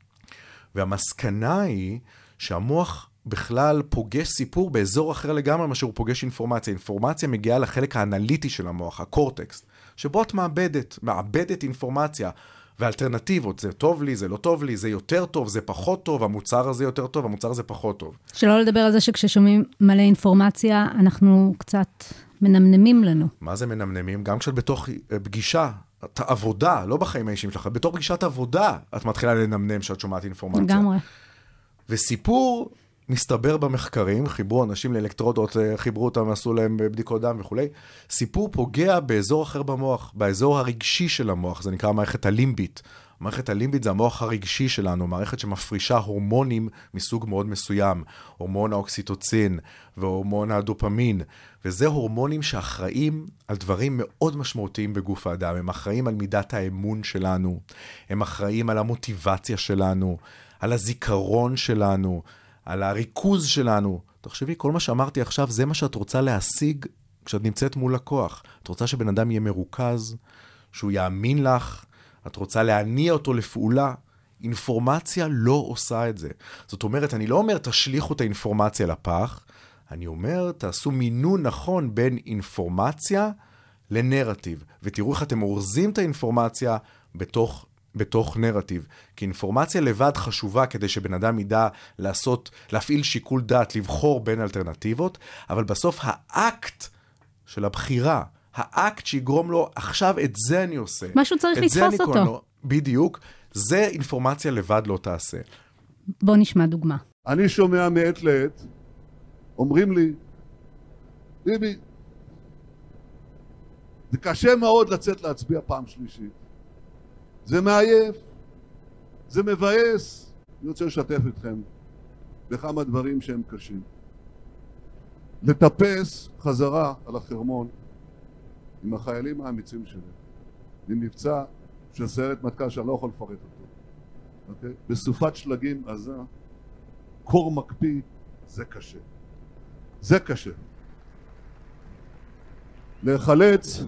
והמסקנה היא שהמוח בכלל פוגש סיפור באזור אחר לגמרי מה שהוא פוגש אינפורמציה. אינפורמציה מגיעה לחלק האנליטי של המוח, הקורטקס, שבו את מאבדת, מאבדת אינפורמציה ואלטרנטיבות. זה טוב לי, זה לא טוב לי, זה יותר טוב, זה פחות טוב, המוצר הזה יותר טוב, המוצר הזה פחות טוב. שלא לדבר על זה שכששומעים מלא אינפורמציה, אנחנו קצת מנמנמים לנו. מה זה מנמנמים? גם כשאת בתוך פגישה, את עבודה, לא בחיים האישיים שלך, בתוך פגישת עבודה, את מתחילה לנמנם שאת שומעת אינפורמציה. לגמרי. וסיפור מסתבר במחקרים, חיברו אנשים לאלקטרודות, חיברו אותם, עשו להם בדיקות דם וכו'. סיפור פוגע באזור אחר במוח, באזור הרגשי של המוח, זה נקרא המערכת הלימבית. המערכת הלימבית זה המוח הרגשי שלנו, מערכת שמפרישה הורמונים מסוג מאוד מסוים, הורמון האוקסיטוצין והורמון הדופמין, וזה הורמונים שאחראים על דברים מאוד משמעותיים בגוף האדם, הם אחראים על מידת האמון שלנו, הם אחראים על המוטיבציה שלנו, על הזיכרון שלנו, על הריכוז שלנו. תחשבי, כל מה שאמרתי עכשיו, זה מה שאת רוצה להשיג כשאת נמצאת מול לקוח. את רוצה שבן אדם יהיה מרוכז, שהוא יאמין לך, את רוצה להניע אותו לפעולה. אינפורמציה לא עושה את זה. זאת אומרת, אני לא אומר, תשליחו את האינפורמציה לפח, אני אומר, תעשו מינון נכון בין אינפורמציה לנרטיב, ותראו איך אתם אורזים את האינפורמציה בתוך בתוך נרטיב. כי אינפורמציה לבד חשובה כדי שבן אדם ידע לעשות, להפעיל שיקול דעת, לבחור בין אלטרנטיבות, אבל בסוף האקט של הבחירה, האקט שיגרום לו, עכשיו את זה אני עושה. משהו צריך לתפוס אותו. לו, בדיוק, זה אינפורמציה לבד לא תעשה. בוא נשמע דוגמה. אני שומע מעת לעת, אומרים לי, ביבי, זה קשה מאוד לצאת להצביע פעם שלישית. זה מעייף, זה מבאס. אני רוצה לשתף אתכם בכמה דברים שהם קשים. לטפס חזרה על החרמון עם החיילים האמיצים שלי, במבצע של סיירת מטכ"ל שאני לא יכול לפרט אותו. אוקיי? בסופת שלגים עזה, קור מקפיא, זה קשה. זה קשה. להיחלץ,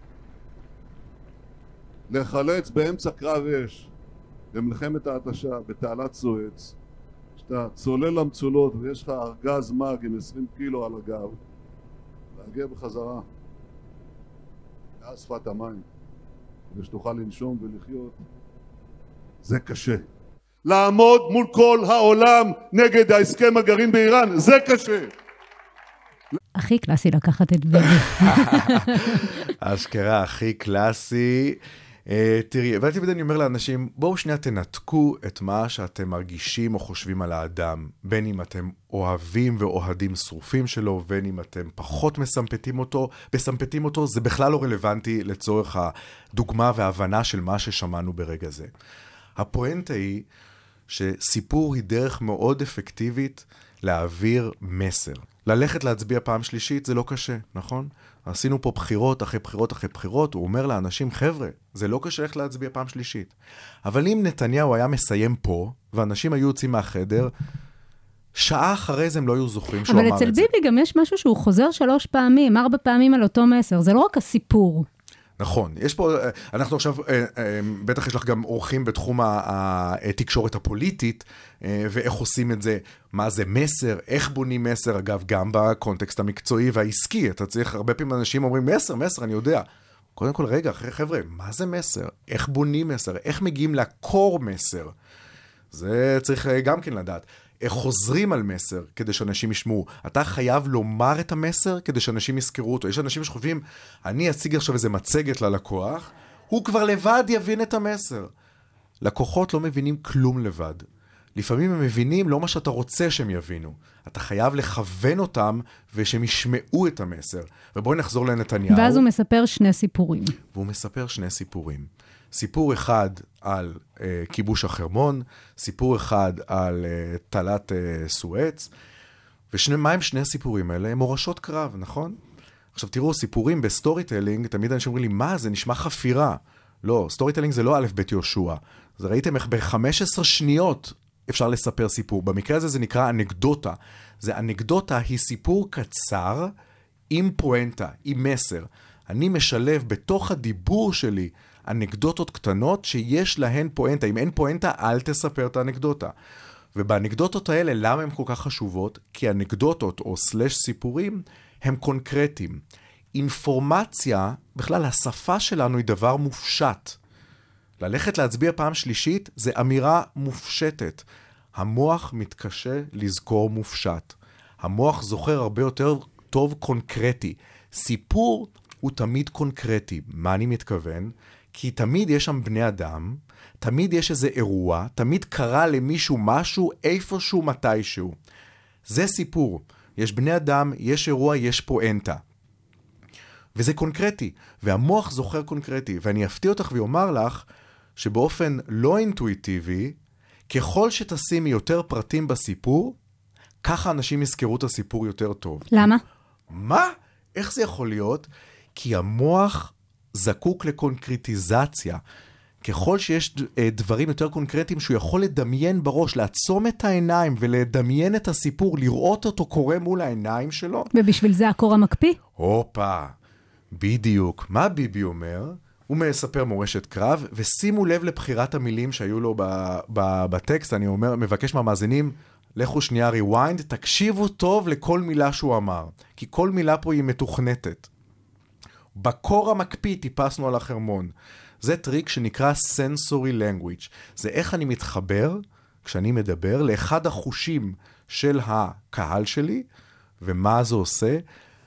להיחלץ באמצע קרב אש, במלחמת ההתשה, בתעלת סואץ, שאתה צולל למצולות ויש לך ארגז מג עם עשרים קילו על הגב, להגיע בחזרה, מעל שפת המים, ושתוכל לנשום ולחיות, זה קשה. לעמוד מול כל העולם נגד ההסכם הגרעין באיראן, זה קשה. הכי קלאסי לקחת את ביבי. אשכרה, הכי קלאסי. Uh, תראי, ואני תמיד אני אומר לאנשים, בואו שנייה תנתקו את מה שאתם מרגישים או חושבים על האדם, בין אם אתם אוהבים ואוהדים שרופים שלו, בין אם אתם פחות מסמפטים אותו, בסמפטים אותו, זה בכלל לא רלוונטי לצורך הדוגמה וההבנה של מה ששמענו ברגע זה. הפואנטה היא שסיפור היא דרך מאוד אפקטיבית להעביר מסר. ללכת להצביע פעם שלישית זה לא קשה, נכון? עשינו פה בחירות אחרי בחירות אחרי בחירות, הוא אומר לאנשים, חבר'ה, זה לא קשה איך להצביע פעם שלישית. אבל אם נתניהו היה מסיים פה, ואנשים היו יוצאים מהחדר, שעה אחרי זה הם לא היו זוכרים שהוא אמר את זה. אבל אצל ביבי גם יש משהו שהוא חוזר שלוש פעמים, ארבע פעמים על אותו מסר, זה לא רק הסיפור. נכון, יש פה, אנחנו עכשיו, בטח יש לך גם אורחים בתחום התקשורת הפוליטית, ואיך עושים את זה, מה זה מסר, איך בונים מסר, אגב, גם בקונטקסט המקצועי והעסקי, אתה צריך, הרבה פעמים אנשים אומרים, מסר, מסר, אני יודע. קודם כל, רגע, אחרי חבר'ה, מה זה מסר? איך בונים מסר? איך מגיעים לקור מסר? זה צריך גם כן לדעת. איך חוזרים על מסר כדי שאנשים ישמעו. אתה חייב לומר את המסר כדי שאנשים יזכרו אותו. יש אנשים שחושבים, אני אציג עכשיו איזה מצגת ללקוח, הוא כבר לבד יבין את המסר. לקוחות לא מבינים כלום לבד. לפעמים הם מבינים לא מה שאתה רוצה שהם יבינו. אתה חייב לכוון אותם ושהם ישמעו את המסר. ובואי נחזור לנתניהו. ואז הוא מספר שני סיפורים. והוא מספר שני סיפורים. סיפור אחד על uh, כיבוש החרמון, סיפור אחד על uh, תעלת uh, סואץ, ומה הם שני הסיפורים האלה? הם מורשות קרב, נכון? עכשיו תראו, סיפורים בסטורי טלינג, תמיד אנשים אומרים לי, מה, זה נשמע חפירה. לא, סטורי טלינג זה לא א' ב' יהושע. זה ראיתם איך ב-חמש עשרה שניות אפשר לספר סיפור. במקרה הזה זה נקרא אנקדוטה. זה אנקדוטה היא סיפור קצר עם פואנטה, עם מסר. אני משלב בתוך הדיבור שלי אנקדוטות קטנות שיש להן פואנטה. אם אין פואנטה, אל תספר את האנקדוטה. ובאנקדוטות האלה, למה הן כל כך חשובות? כי אנקדוטות או סלש סיפורים הם קונקרטיים. אינפורמציה, בכלל השפה שלנו היא דבר מופשט. ללכת להצביע פעם שלישית זה אמירה מופשטת. המוח מתקשה לזכור מופשט. המוח זוכר הרבה יותר טוב קונקרטי. סיפור הוא תמיד קונקרטי. מה אני מתכוון? כי תמיד יש שם בני אדם, תמיד יש איזה אירוע, תמיד קרה למישהו משהו, איפשהו, מתישהו. זה סיפור. יש בני אדם, יש אירוע, יש פואנטה. וזה קונקרטי, והמוח זוכר קונקרטי. ואני אפתיע אותך ואומר לך, שבאופן לא אינטואיטיבי, ככל שתשימי יותר פרטים בסיפור, ככה אנשים יזכרו את הסיפור יותר טוב. למה? מה? איך זה יכול להיות? כי המוח זקוק לקונקרטיזציה. ככל שיש דברים יותר קונקרטיים שהוא יכול לדמיין בראש, לעצום את העיניים ולדמיין את הסיפור, לראות אותו קורה מול העיניים שלו. ובשביל זה הקור המקפיא? הופה, בדיוק. מה ביבי אומר? הוא מספר מורשת קרב, ושימו לב לבחירת המילים שהיו לו ב- ב- בטקסט. אני אומר, מבקש מהמאזינים, לכו שנייה ריוויינד, תקשיבו טוב לכל מילה שהוא אמר, כי כל מילה פה היא מתוכנתת. בקור המקפיא טיפסנו על החרמון. זה טריק שנקרא sensory language. זה איך אני מתחבר, כשאני מדבר, לאחד החושים של הקהל שלי, ומה זה עושה?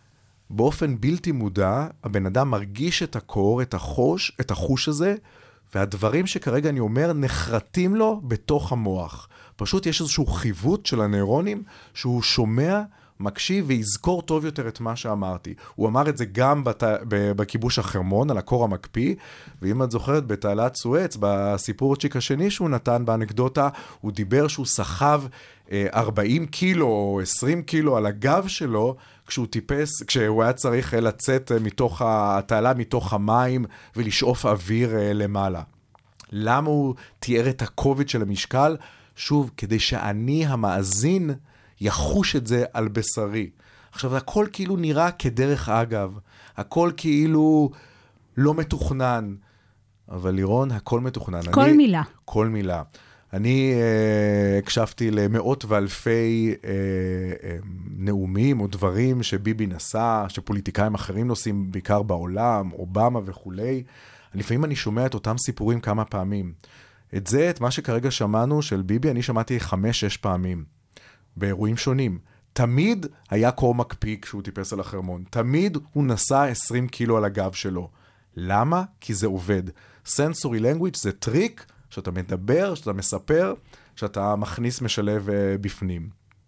באופן בלתי מודע, הבן אדם מרגיש את הקור, את החוש, את החוש הזה, והדברים שכרגע אני אומר נחרטים לו בתוך המוח. פשוט יש איזשהו חיווט של הנוירונים שהוא שומע, מקשיב ויזכור טוב יותר את מה שאמרתי. הוא אמר את זה גם בת... בכיבוש החרמון, על הקור המקפיא, ואם את זוכרת בתעלת סואץ, בסיפור הצ'יק השני שהוא נתן באנקדוטה, הוא דיבר שהוא סחב ארבעים קילו או עשרים קילו על הגב שלו, כשהוא טיפס, כשהוא היה צריך לצאת מתוך התעלה, מתוך המים, ולשאוף אוויר למעלה. למה הוא תיאר את הכובד של המשקל? שוב, כדי שאני המאזין יחוש את זה על בשרי. עכשיו, הכל כאילו נראה כדרך אגב. הכל כאילו לא מתוכנן. אבל לירון, הכל מתוכנן. כל אני, מילה. כל מילה. אני אה, הקשבתי למאות ואלפי אה, אה, נאומים או דברים שביבי נשא, שפוליטיקאים אחרים נושאים בעיקר בעולם, אובמה וכולי. לפעמים אני שומע את אותם סיפורים כמה פעמים. את זה, את מה שכרגע שמענו של ביבי, אני שמעתי חמש, שש פעמים. באירועים שונים. תמיד היה קור מקפיא כשהוא טיפס על החרמון. תמיד הוא נסע עשרים קילו על הגב שלו. למה? כי זה עובד. sensory language זה טריק שאתה מדבר, שאתה מספר, שאתה מכניס משלב uh, בפנים.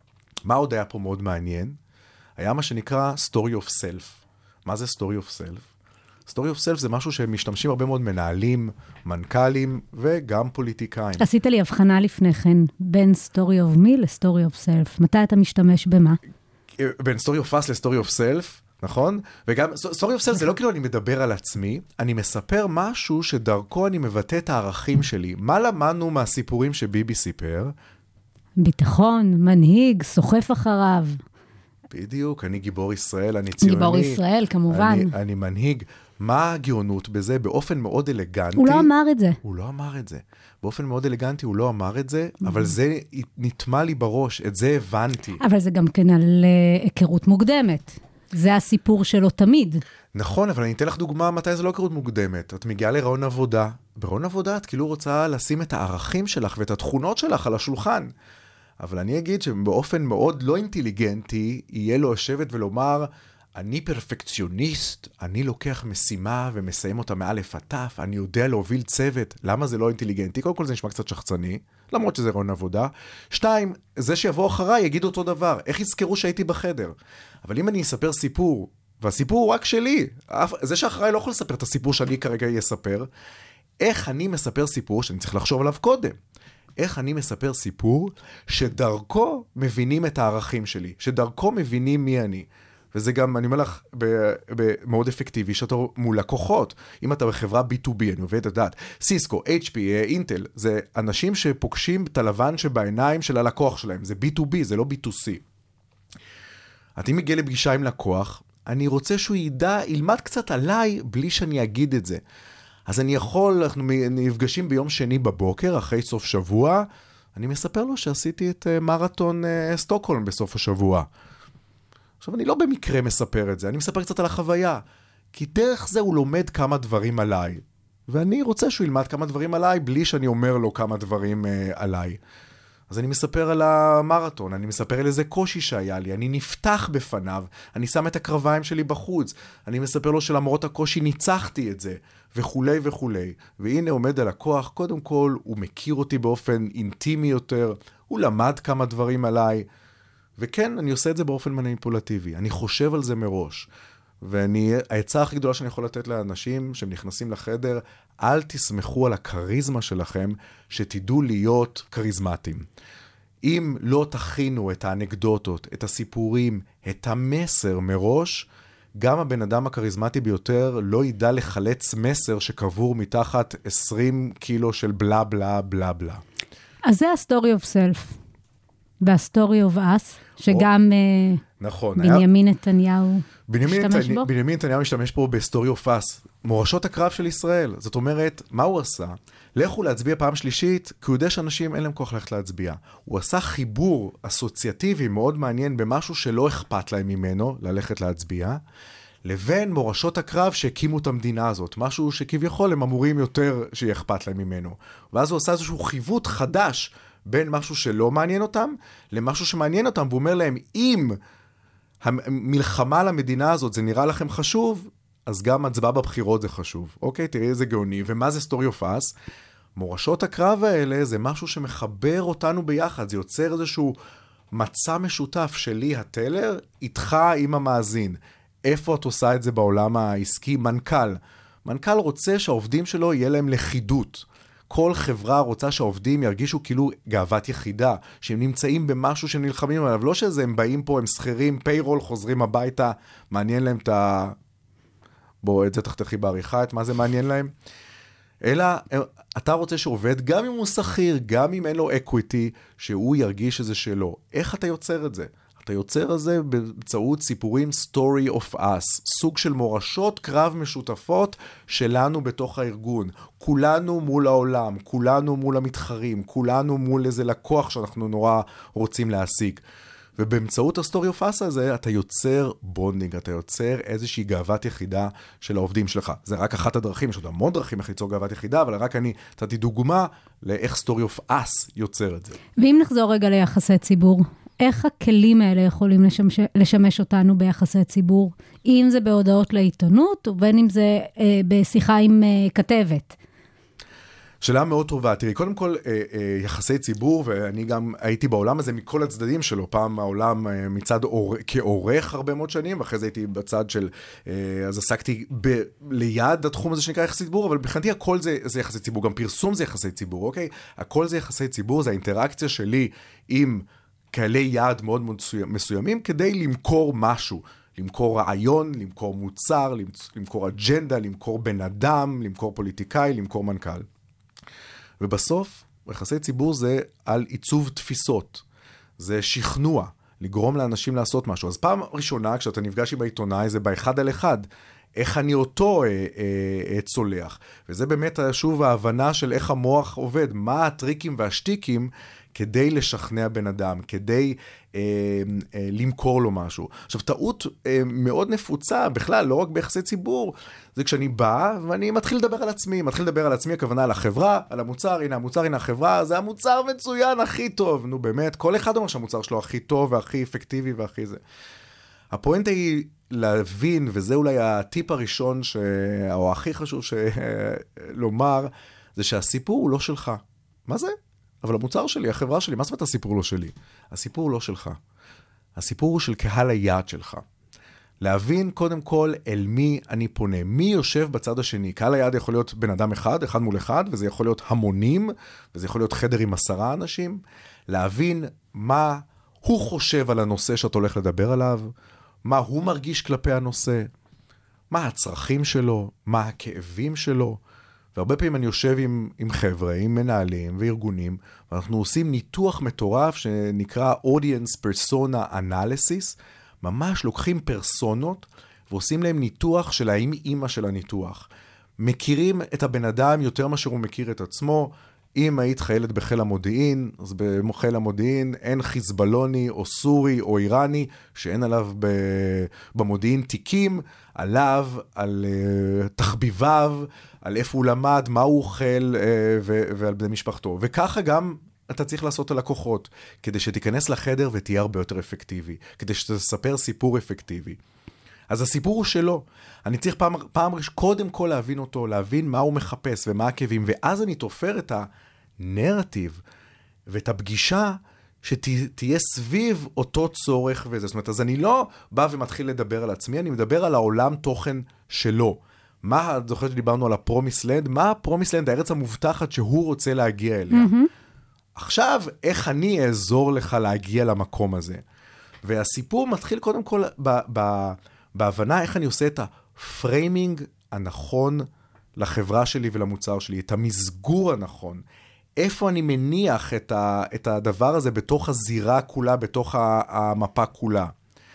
מה עוד היה פה מאוד מעניין? היה מה שנקרא story of self. מה זה story of self? story of self זה משהו שמשתמשים הרבה מאוד מנהלים, מנכ"לים וגם פוליטיקאים. עשית לי הבחנה לפני כן בין story of me ל-story of self. מתי אתה משתמש במה? בין story of us ל-story of self, נכון? וגם story of self זה לא כאילו אני מדבר על עצמי, אני מספר משהו שדרכו אני מבטא את הערכים שלי. מה למדנו מהסיפורים שביבי סיפר? ביטחון, מנהיג, סוחף אחריו. בדיוק, אני גיבור ישראל, אני ציוני. גיבור ישראל, כמובן. אני, אני מנהיג. מה הגאונות בזה? באופן מאוד אלגנטי. הוא לא אמר את זה. הוא לא אמר את זה. באופן מאוד אלגנטי הוא לא אמר את זה, אבל זה נטמע לי בראש, את זה הבנתי. אבל זה גם כן על uh, היכרות מוקדמת. זה הסיפור שלו תמיד. נכון, אבל אני אתן לך דוגמה מתי זה לא היכרות מוקדמת. את מגיעה לרעיון עבודה. ברעיון עבודה את כאילו רוצה לשים את הערכים שלך ואת התכונות שלך על השולחן. אבל אני אגיד שבאופן מאוד לא אינטליגנטי, יהיה לו לשבת ולומר, אני פרפקציוניסט, אני לוקח משימה ומסיים אותה מאלף עד תף, אני יודע להוביל צוות. למה זה לא אינטליגנטי? קודם כל זה נשמע קצת שחצני, למרות שזה רעיון עבודה. שתיים, זה שיבוא אחריי יגיד אותו דבר. איך יזכרו שהייתי בחדר? אבל אם אני אספר סיפור, והסיפור הוא רק שלי, זה שאחריי לא יכול לספר את הסיפור שאני כרגע יספר, איך אני מספר סיפור שאני צריך לחשוב עליו קודם? איך אני מספר סיפור שדרכו מבינים את הערכים שלי, שדרכו מבינים מי אני. וזה גם, אני אומר לך, מאוד אפקטיבי, שאתה מול לקוחות. אם אתה בחברה בי טו בי, אני עובד את דעת, סיסקו, אייץ' פי, אינטל, זה אנשים שפוגשים את הלבן שבעיניים של הלקוח שלהם. זה בי טו בי, זה לא בי טו סי. אתה מגיע לפגישה עם לקוח, אני רוצה שהוא ידע, ילמד קצת עליי, בלי שאני אגיד את זה. אז אני יכול, אנחנו נפגשים ביום שני בבוקר, אחרי סוף שבוע, אני מספר לו שעשיתי את מרתון סטוקהולם בסוף השבוע. עכשיו, אני לא במקרה מספר את זה, אני מספר קצת על החוויה, כי דרך זה הוא לומד כמה דברים עליי, ואני רוצה שהוא ילמד כמה דברים עליי, בלי שאני אומר לו כמה דברים אה, עליי. אז אני מספר על המרתון, אני מספר על איזה קושי שהיה לי, אני נפתח בפניו, אני שם את הקרביים שלי בחוץ, אני מספר לו שלמרות הקושי ניצחתי את זה, וכולי וכולי. והנה עומד הלקוח, קודם כל הוא מכיר אותי באופן אינטימי יותר, הוא למד כמה דברים עליי, וכן, אני עושה את זה באופן מניפולטיבי, אני חושב על זה מראש. ואני, העצה הכי גדולה שאני יכול לתת לאנשים שהם נכנסים לחדר, אל תסמכו על הקריזמה שלכם, שתדעו להיות קריזמטיים. אם לא תכינו את האנקדוטות, את הסיפורים, את המסר מראש, גם הבן אדם הקריזמטי ביותר לא ידע לחלץ מסר שקבור מתחת עשרים קילו של בלה בלה בלה בלה. אז זה ה-story of self. וה-story of us, שגם או, נכון, בנימין היה... נתניהו בנימין משתמש נת... בו. בנימין נתניהו משתמש פה ב-story of us, מורשות הקרב של ישראל. זאת אומרת, מה הוא עשה? לכו להצביע פעם שלישית, כי הוא יודע שאנשים אין להם כוח ללכת להצביע. הוא עשה חיבור אסוציאטיבי מאוד מעניין במשהו שלא אכפת להם ממנו, ללכת להצביע, לבין מורשות הקרב שהקימו את המדינה הזאת, משהו שכביכול הם אמורים יותר שיהיה אכפת להם ממנו. ואז הוא עשה איזשהו חיווט חדש, בין משהו שלא מעניין אותם, למשהו שמעניין אותם, והוא אומר להם, אם המלחמה על המדינה הזאת זה נראה לכם חשוב, אז גם הצבעה בבחירות זה חשוב. אוקיי, תראי איזה גאוני. ומה זה story of us? מורשות הקרב האלה זה משהו שמחבר אותנו ביחד, זה יוצר איזשהו מצע משותף שלי, הטלר, איתך עם המאזין. איפה את עושה את זה בעולם העסקי? מנכ"ל. מנכ"ל רוצה שהעובדים שלו יהיה להם לכידות. כל חברה רוצה שהעובדים ירגישו כאילו גאוות יחידה, שהם נמצאים במשהו שהם נלחמים עליו, לא שזה הם באים פה, הם שכירים, פיירול, חוזרים הביתה, מעניין להם את ה... בוא, את זה תחתכי בעריכה, את מה זה מעניין להם? אלא, אתה רוצה שעובד, גם אם הוא שכיר, גם אם אין לו אקוויטי, שהוא ירגיש שזה שלו. איך אתה יוצר את זה? אתה יוצר את זה באמצעות סיפורים story of us, סוג של מורשות קרב משותפות שלנו בתוך הארגון. כולנו מול העולם, כולנו מול המתחרים, כולנו מול איזה לקוח שאנחנו נורא רוצים להשיג. ובאמצעות הסטורי אוף אס הזה, אתה יוצר בונדינג, אתה יוצר איזושהי גאוות יחידה של העובדים שלך. זה רק אחת הדרכים, יש עוד המון דרכים איך ליצור גאוות יחידה, אבל רק אני נתתי דוגמה לאיך סטורי אוף אס יוצר את זה. ואם נחזור רגע ליחסי ציבור, איך הכלים האלה יכולים לשמש, לשמש אותנו ביחסי ציבור, אם זה בהודעות לעיתונות, ובין אם זה אה, בשיחה עם אה, כתבת? שאלה מאוד טובה. תראי, קודם כל, אה, אה, יחסי ציבור, ואני גם הייתי בעולם הזה מכל הצדדים שלו, פעם העולם אה, מצד אור, כעורך הרבה מאוד שנים, ואחרי זה הייתי בצד של, אה, אז עסקתי ב, ליד התחום הזה שנקרא יחסי ציבור, אבל בכנתי הכל זה, זה יחסי ציבור, גם פרסום זה יחסי ציבור, אוקיי? הכל זה יחסי ציבור, זה האינטראקציה שלי עם קהלי יעד מאוד מאוד מסוימים, כדי למכור משהו. למכור רעיון, למכור מוצר, למכור אג'נדה, למכור בן אדם, למכור פוליטיקאי, למכור מנכ"ל. ובסוף, יחסי ציבור זה על עיצוב תפיסות. זה שכנוע, לגרום לאנשים לעשות משהו. אז פעם ראשונה, כשאתה נפגש עם העיתונאי, זה באחד על אחד. איך אני אותו אה, אה, אה, צולח. וזה באמת שוב ההבנה של איך המוח עובד, מה הטריקים והשטיקים כדי לשכנע בן אדם, כדי אה, אה, למכור לו משהו. עכשיו, טעות אה, מאוד נפוצה, בכלל, לא רק ביחסי ציבור, זה כשאני בא ואני מתחיל לדבר על עצמי, מתחיל לדבר על עצמי, הכוונה על החברה, על המוצר, הנה המוצר, הנה החברה, זה המוצר מצוין, הכי טוב, נו באמת, כל אחד אומר שהמוצר שלו הכי טוב והכי אפקטיבי והכי זה. הפואנטה היא להבין, וזה אולי הטיפ הראשון, ש... או הכי חשוב ש... לומר, זה שהסיפור הוא לא שלך. מה זה? אבל המוצר שלי, החברה שלי, מה זאת אומרת הסיפור לא שלי? הסיפור לא שלך. הסיפור הוא של קהל היעד שלך. להבין קודם כל אל מי אני פונה. מי יושב בצד השני? קהל היעד יכול להיות בן אדם אחד, אחד מול אחד, וזה יכול להיות המונים, וזה יכול להיות חדר עם עשרה אנשים. להבין מה הוא חושב על הנושא שאת הולך לדבר עליו, מה הוא מרגיש כלפי הנושא, מה הצרכים שלו, מה הכאבים שלו. והרבה פעמים אני יושב עם, עם חבר'ה, עם מנהלים וארגונים, ואנחנו עושים ניתוח מטורף שנקרא Audience Persona Analysis, ממש לוקחים פרסונות ועושים להם ניתוח של האם אימא של הניתוח. מכירים את הבן אדם יותר מאשר הוא מכיר את עצמו. אם היית חיילת בחיל המודיעין, אז בחיל המודיעין אין חיזבאלוני או סורי או איראני שאין עליו במודיעין תיקים, עליו, על uh, תחביביו, על איפה הוא למד, מה הוא אוכל uh, ו- ועל בני משפחתו. וככה גם אתה צריך לעשות על לקוחות, כדי שתיכנס לחדר ותהיה הרבה יותר אפקטיבי, כדי שתספר סיפור אפקטיבי. אז הסיפור הוא שלו. אני צריך פעם, פעם ראש, קודם כל להבין אותו, להבין מה הוא מחפש ומה הכאבים, ואז אני תופר את הנרטיב ואת הפגישה שתהיה סביב אותו צורך וזה. זאת אומרת, אז אני לא בא ומתחיל לדבר על עצמי, אני מדבר על העולם תוכן שלו. מה, זוכר שדיברנו על הפרומיסלנד? מה הפרומיסלנד, הארץ המובטחת שהוא רוצה להגיע אליה? Mm-hmm. עכשיו, איך אני אעזור לך להגיע למקום הזה? והסיפור מתחיל קודם כל ב... ב בהבנה איך אני עושה את הפריימינג הנכון לחברה שלי ולמוצר שלי, את המסגור הנכון. איפה אני מניח את, ה, את הדבר הזה בתוך הזירה כולה, בתוך המפה כולה.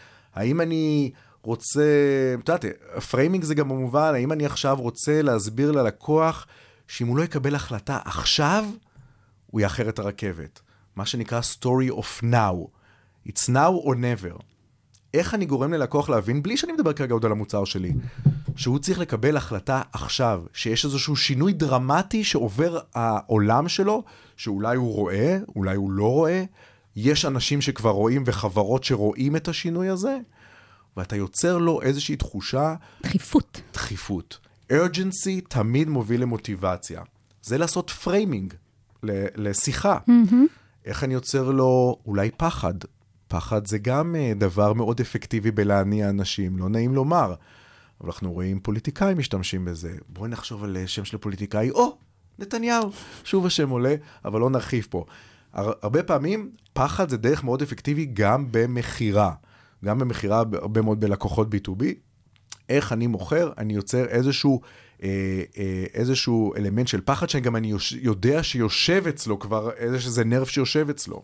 האם אני רוצה, אתה יודעת, הפריימינג זה גם במובן, האם אני עכשיו רוצה להסביר ללקוח שאם הוא לא יקבל החלטה עכשיו, הוא יאחר את הרכבת. מה שנקרא story of now. It's now or never. איך אני גורם ללקוח להבין, בלי שאני מדבר כרגע עוד על המוצר שלי, שהוא צריך לקבל החלטה עכשיו, שיש איזשהו שינוי דרמטי שעובר העולם שלו, שאולי הוא רואה, אולי הוא לא רואה, יש אנשים שכבר רואים וחברות שרואים את השינוי הזה, ואתה יוצר לו איזושהי תחושה... דחיפות. דחיפות. urgency תמיד מוביל למוטיבציה. זה לעשות פריימינג לשיחה. Mm-hmm. איך אני יוצר לו אולי פחד, פחד זה גם דבר מאוד אפקטיבי בלהניע אנשים, לא נעים לומר. אבל אנחנו רואים פוליטיקאים משתמשים בזה. בואי נחשוב על שם של פוליטיקאי, או, נתניהו, שוב השם עולה, אבל לא נרחיב פה. הר, הרבה פעמים, פחד זה דרך מאוד אפקטיבי גם במחירה. גם במחירה, הרבה מאוד בלקוחות בי טו בי. איך אני מוכר? אני יוצר איזשהו, אה, אה, איזשהו אלמנט של פחד, שגם אני יודע שיושב אצלו כבר, איזה נרב שיושב אצלו.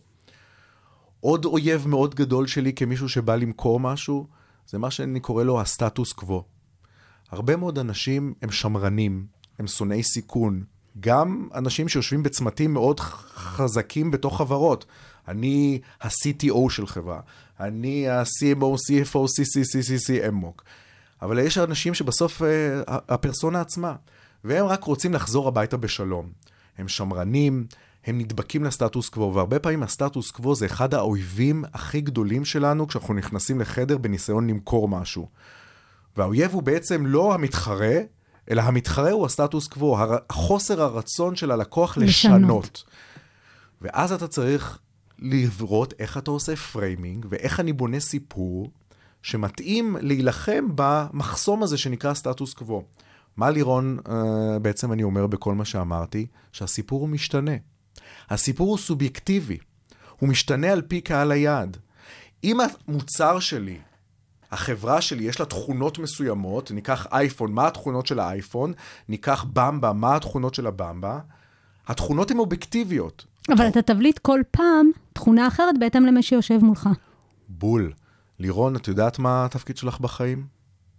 עוד אויב מאוד גדול שלי כמישהו שבא למכור משהו, זה מה שאני קורא לו הסטטוס קוו. הרבה מאוד אנשים הם שמרנים, הם שונאי סיכון. גם אנשים שיושבים בצמתים מאוד חזקים בתוך חברות. אני ה-סי טי או של חברה. אני ה-סי אם או, סי אף או, סי סי סי סי סי אם או. אבל יש אנשים שבסוף הפרסונה עצמה, והם רק רוצים לחזור הביתה בשלום. הם שמרנים, הם נדבקים לסטטוס קוו, והרבה פעמים הסטטוס קוו זה אחד האויבים הכי גדולים שלנו כשאנחנו נכנסים לחדר בניסיון למכור משהו. והאויב הוא בעצם לא המתחרה, אלא המתחרה הוא הסטטוס קוו, החוסר הרצון של הלקוח לשנות. לשנות. ואז אתה צריך לראות איך אתה עושה פריימינג, ואיך אני בונה סיפור שמתאים להילחם במחסום הזה שנקרא סטטוס קוו. מה לירון uh, בעצם אני אומר בכל מה שאמרתי? שהסיפור הוא משתנה. הסיפור הוא סובייקטיבי. הוא משתנה על פי קהל היעד. אם המוצר שלי, החברה שלי, יש לה תכונות מסוימות, ניקח אייפון, מה התכונות של האייפון? ניקח במבה, מה התכונות של הבמבה? התכונות הן אובייקטיביות. אבל אתה תבליט כל פעם תכונה אחרת בהתאם למי שיושב מולך. בול. לירון, את יודעת מה התפקיד שלך בחיים?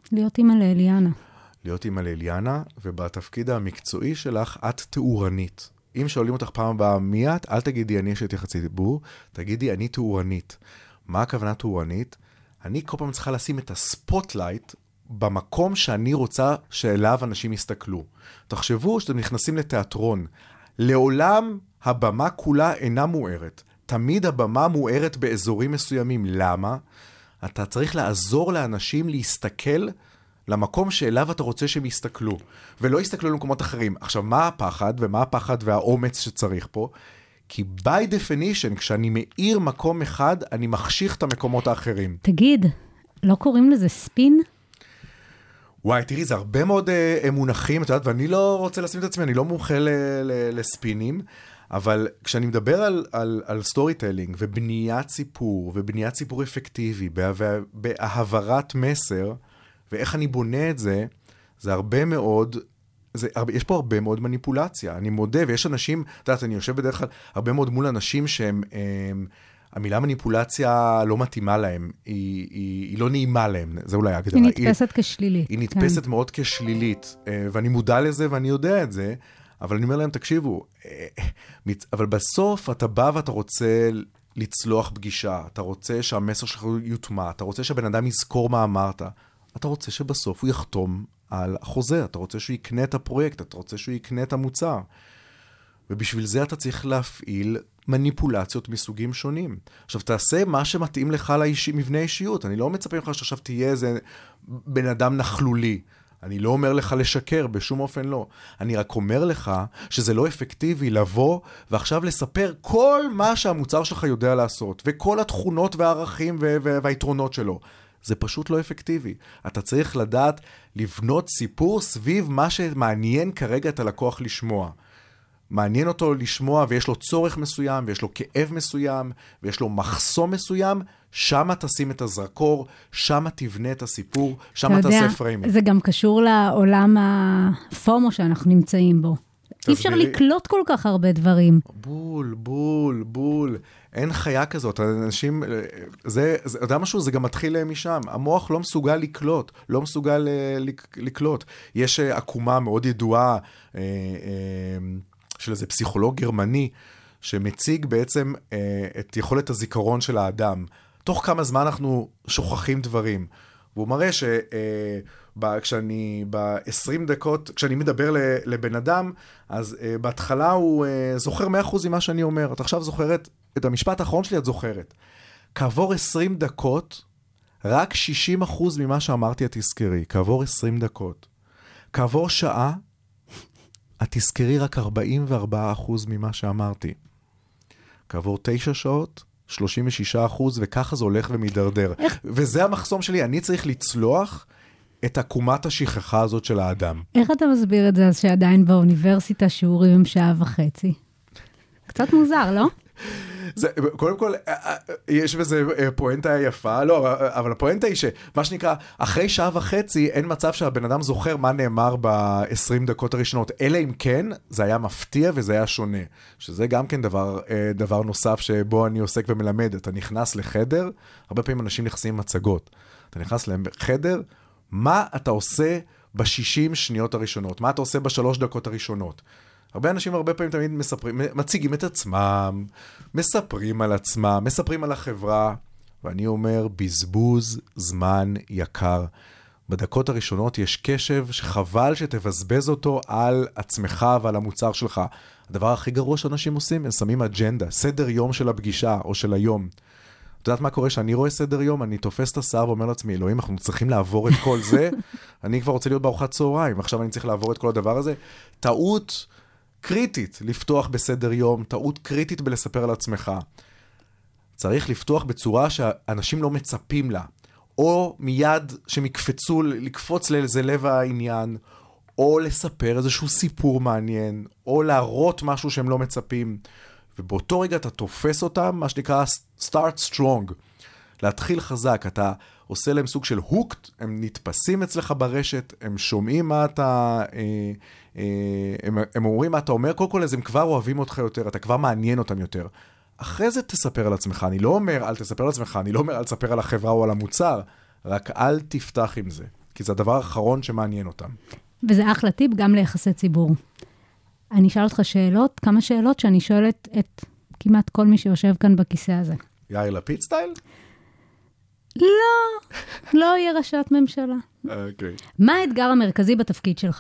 להיות אימא לאליאנה. להיות אימא לאליאנה, ובתפקיד המקצועי שלך, את תאורנית. אם שואלים אותך פעם הבאה מי את, אל תגידי אני אשת יחסי ציבור, תגידי אני תאורנית. מה הכוונה תאורנית? אני כל פעם צריכה לשים את הספוטלייט במקום שאני רוצה שאליו אנשים יסתכלו. תחשבו שאתם נכנסים לתיאטרון. לעולם הבמה כולה אינה מוארת. תמיד הבמה מוארת באזורים מסוימים. למה? אתה צריך לעזור לאנשים להסתכל למקום שאליו אתה רוצה שהם יסתכלו, ולא יסתכלו למקומות אחרים. עכשיו, מה הפחד, ומה הפחד והאומץ שצריך פה? כי by definition, כשאני מאיר מקום אחד, אני מחשיך את המקומות האחרים. תגיד, לא קוראים לזה ספין? וואי, תראי, זה הרבה מאוד אה, מונחים, את יודעת, ואני לא רוצה לשים את עצמי, אני לא מומחה ל- ל- לספינים, אבל כשאני מדבר על, על, על סטורי טיילינג, ובניית סיפור, ובניית סיפור אפקטיבי, בהעברת, בהעברת מסר, ואיך אני בונה את זה, זה הרבה מאוד, זה, הרבה, יש פה הרבה מאוד מניפולציה, אני מודה, ויש אנשים, את יודעת, אני יושב בדרך כלל הרבה מאוד מול אנשים שהם, הם, המילה מניפולציה לא מתאימה להם, היא, היא, היא לא נעימה להם, זה אולי הגדרה. היא נתפסת היא, כשלילית. היא נתפסת כן. מאוד כשלילית, ואני מודע לזה ואני יודע את זה, אבל אני אומר להם, תקשיבו, אבל בסוף אתה בא ואתה רוצה לצלוח פגישה, אתה רוצה שהמסר שלך יוטמע, אתה רוצה שהבן אדם יזכור מה אמרת, אתה רוצה שבסוף הוא יחתום על החוזה, אתה רוצה שהוא יקנה את הפרויקט, אתה רוצה שהוא יקנה את המוצר. ובשביל זה אתה צריך להפעיל מניפולציות מסוגים שונים. עכשיו, תעשה מה שמתאים לך למבנה אישיות. אני לא מצפה לך שעכשיו תהיה איזה בן אדם נכלולי. אני לא אומר לך לשקר, בשום אופן לא. אני רק אומר לך שזה לא אפקטיבי לבוא ועכשיו לספר כל מה שהמוצר שלך יודע לעשות, וכל התכונות והערכים והיתרונות שלו. זה פשוט לא אפקטיבי. אתה צריך לדעת לבנות סיפור סביב מה שמעניין כרגע את הלקוח לשמוע. מעניין אותו לשמוע ויש לו צורך מסוים, ויש לו כאב מסוים, ויש לו מחסום מסוים, שמה תשים את הזרקור, שמה תבנה את הסיפור, שמה תעשה פריימינג. זה גם קשור לעולם הפומו שאנחנו נמצאים בו. אי אפשר לקלוט כל כך הרבה דברים. בול, בול, בול. אין חיה כזאת. אנשים, זה, זה, יודע משהו, זה גם מתחיל משם. המוח לא מסוגל לקלוט, לא מסוגל לקלוט. יש עקומה מאוד ידועה של איזה פסיכולוג גרמני, שמציג בעצם את יכולת הזיכרון של האדם. תוך כמה זמן אנחנו שוכחים דברים. והוא מראה ש... כשאני ב-עשרים דקות, כשאני מדבר לבן אדם, אז uh, בהתחלה הוא uh, זוכר מאה אחוז ממה שאני אומר. את עכשיו זוכרת, את המשפט האחרון שלי את זוכרת. כעבור עשרים דקות, רק שישים אחוז ממה שאמרתי את תזכרי. כעבור עשרים דקות. כעבור שעה, את תזכרי רק ארבעים וארבעה אחוז ממה שאמרתי. כעבור תשע שעות, שלושים ושישה אחוז, וככה זה הולך ומדרדר. איך? וזה המחסום שלי. אני צריך לצלוח את עקומת השכחה הזאת של האדם. איך אתה מסביר את זה אז שעדיין באוניברסיטה שיעורים הם שעה וחצי? קצת מוזר, לא? זה, קודם כל, יש בזה פואנטה יפה, לא, אבל הפואנטה היא שמה שנקרא, אחרי שעה וחצי, אין מצב שהבן אדם זוכר מה נאמר ב-עשרים דקות הראשונות, אלא אם כן, זה היה מפתיע וזה היה שונה. שזה גם כן דבר, דבר נוסף שבו אני עוסק ומלמד. אתה נכנס לחדר, הרבה פעמים אנשים נכנסים עם מצגות. אתה נכנס לחדר, מה אתה עושה ב-שישים שניות הראשונות? מה אתה עושה בשלוש דקות הראשונות? הרבה אנשים הרבה פעמים תמיד מספרים, מציגים את עצמם, מספרים על עצמם, מספרים על החברה, ואני אומר, בזבוז זמן יקר. בדקות הראשונות יש קשב שחבל שתבזבז אותו על עצמך ועל המוצר שלך. הדבר הכי גרוע שאנשים עושים, הם שמים אג'נדה, סדר יום של הפגישה או של היום. את יודעת מה קורה? שאני רואה סדר יום, אני תופס את השר ואומר לעצמי, אלוהים, אנחנו צריכים לעבור את כל זה. אני כבר רוצה להיות בארוחת צהריים, עכשיו אני צריך לעבור את כל הדבר הזה. טעות קריטית לפתוח בסדר יום, טעות קריטית בלספר על עצמך. צריך לפתוח בצורה שאנשים לא מצפים לה, או מיד שמקפצו, לקפוץ לאיזה לב העניין, או לספר איזשהו סיפור מעניין, או להראות משהו שהם לא מצפים. ובאותו רגע אתה תופס אותם, מה שנקרא start strong, להתחיל חזק, אתה עושה להם סוג של הוקט, הם נתפסים אצלך ברשת, הם שומעים מה אתה, אה, אה, הם, הם אומרים מה אתה אומר, כל כל אז הם כבר אוהבים אותך יותר, אתה כבר מעניין אותם יותר. אחרי זה תספר על עצמך, אני לא אומר אל תספר על עצמך, אני לא אומר אל תספר על החברה או על המוצר, רק אל תפתח עם זה. כי זה הדבר האחרון שמעניין אותם. וזה אחלה טיפ גם ליחסי ציבור. אני אשאל אותך שאלות, כמה שאלות שאני שואלת את כמעט כל מי שיושב כאן בכיסא הזה. יאיר לפיד סטייל? לא, לא יהיה ראשת ממשלה. אוקיי. מה האתגר המרכזי בתפקיד שלך?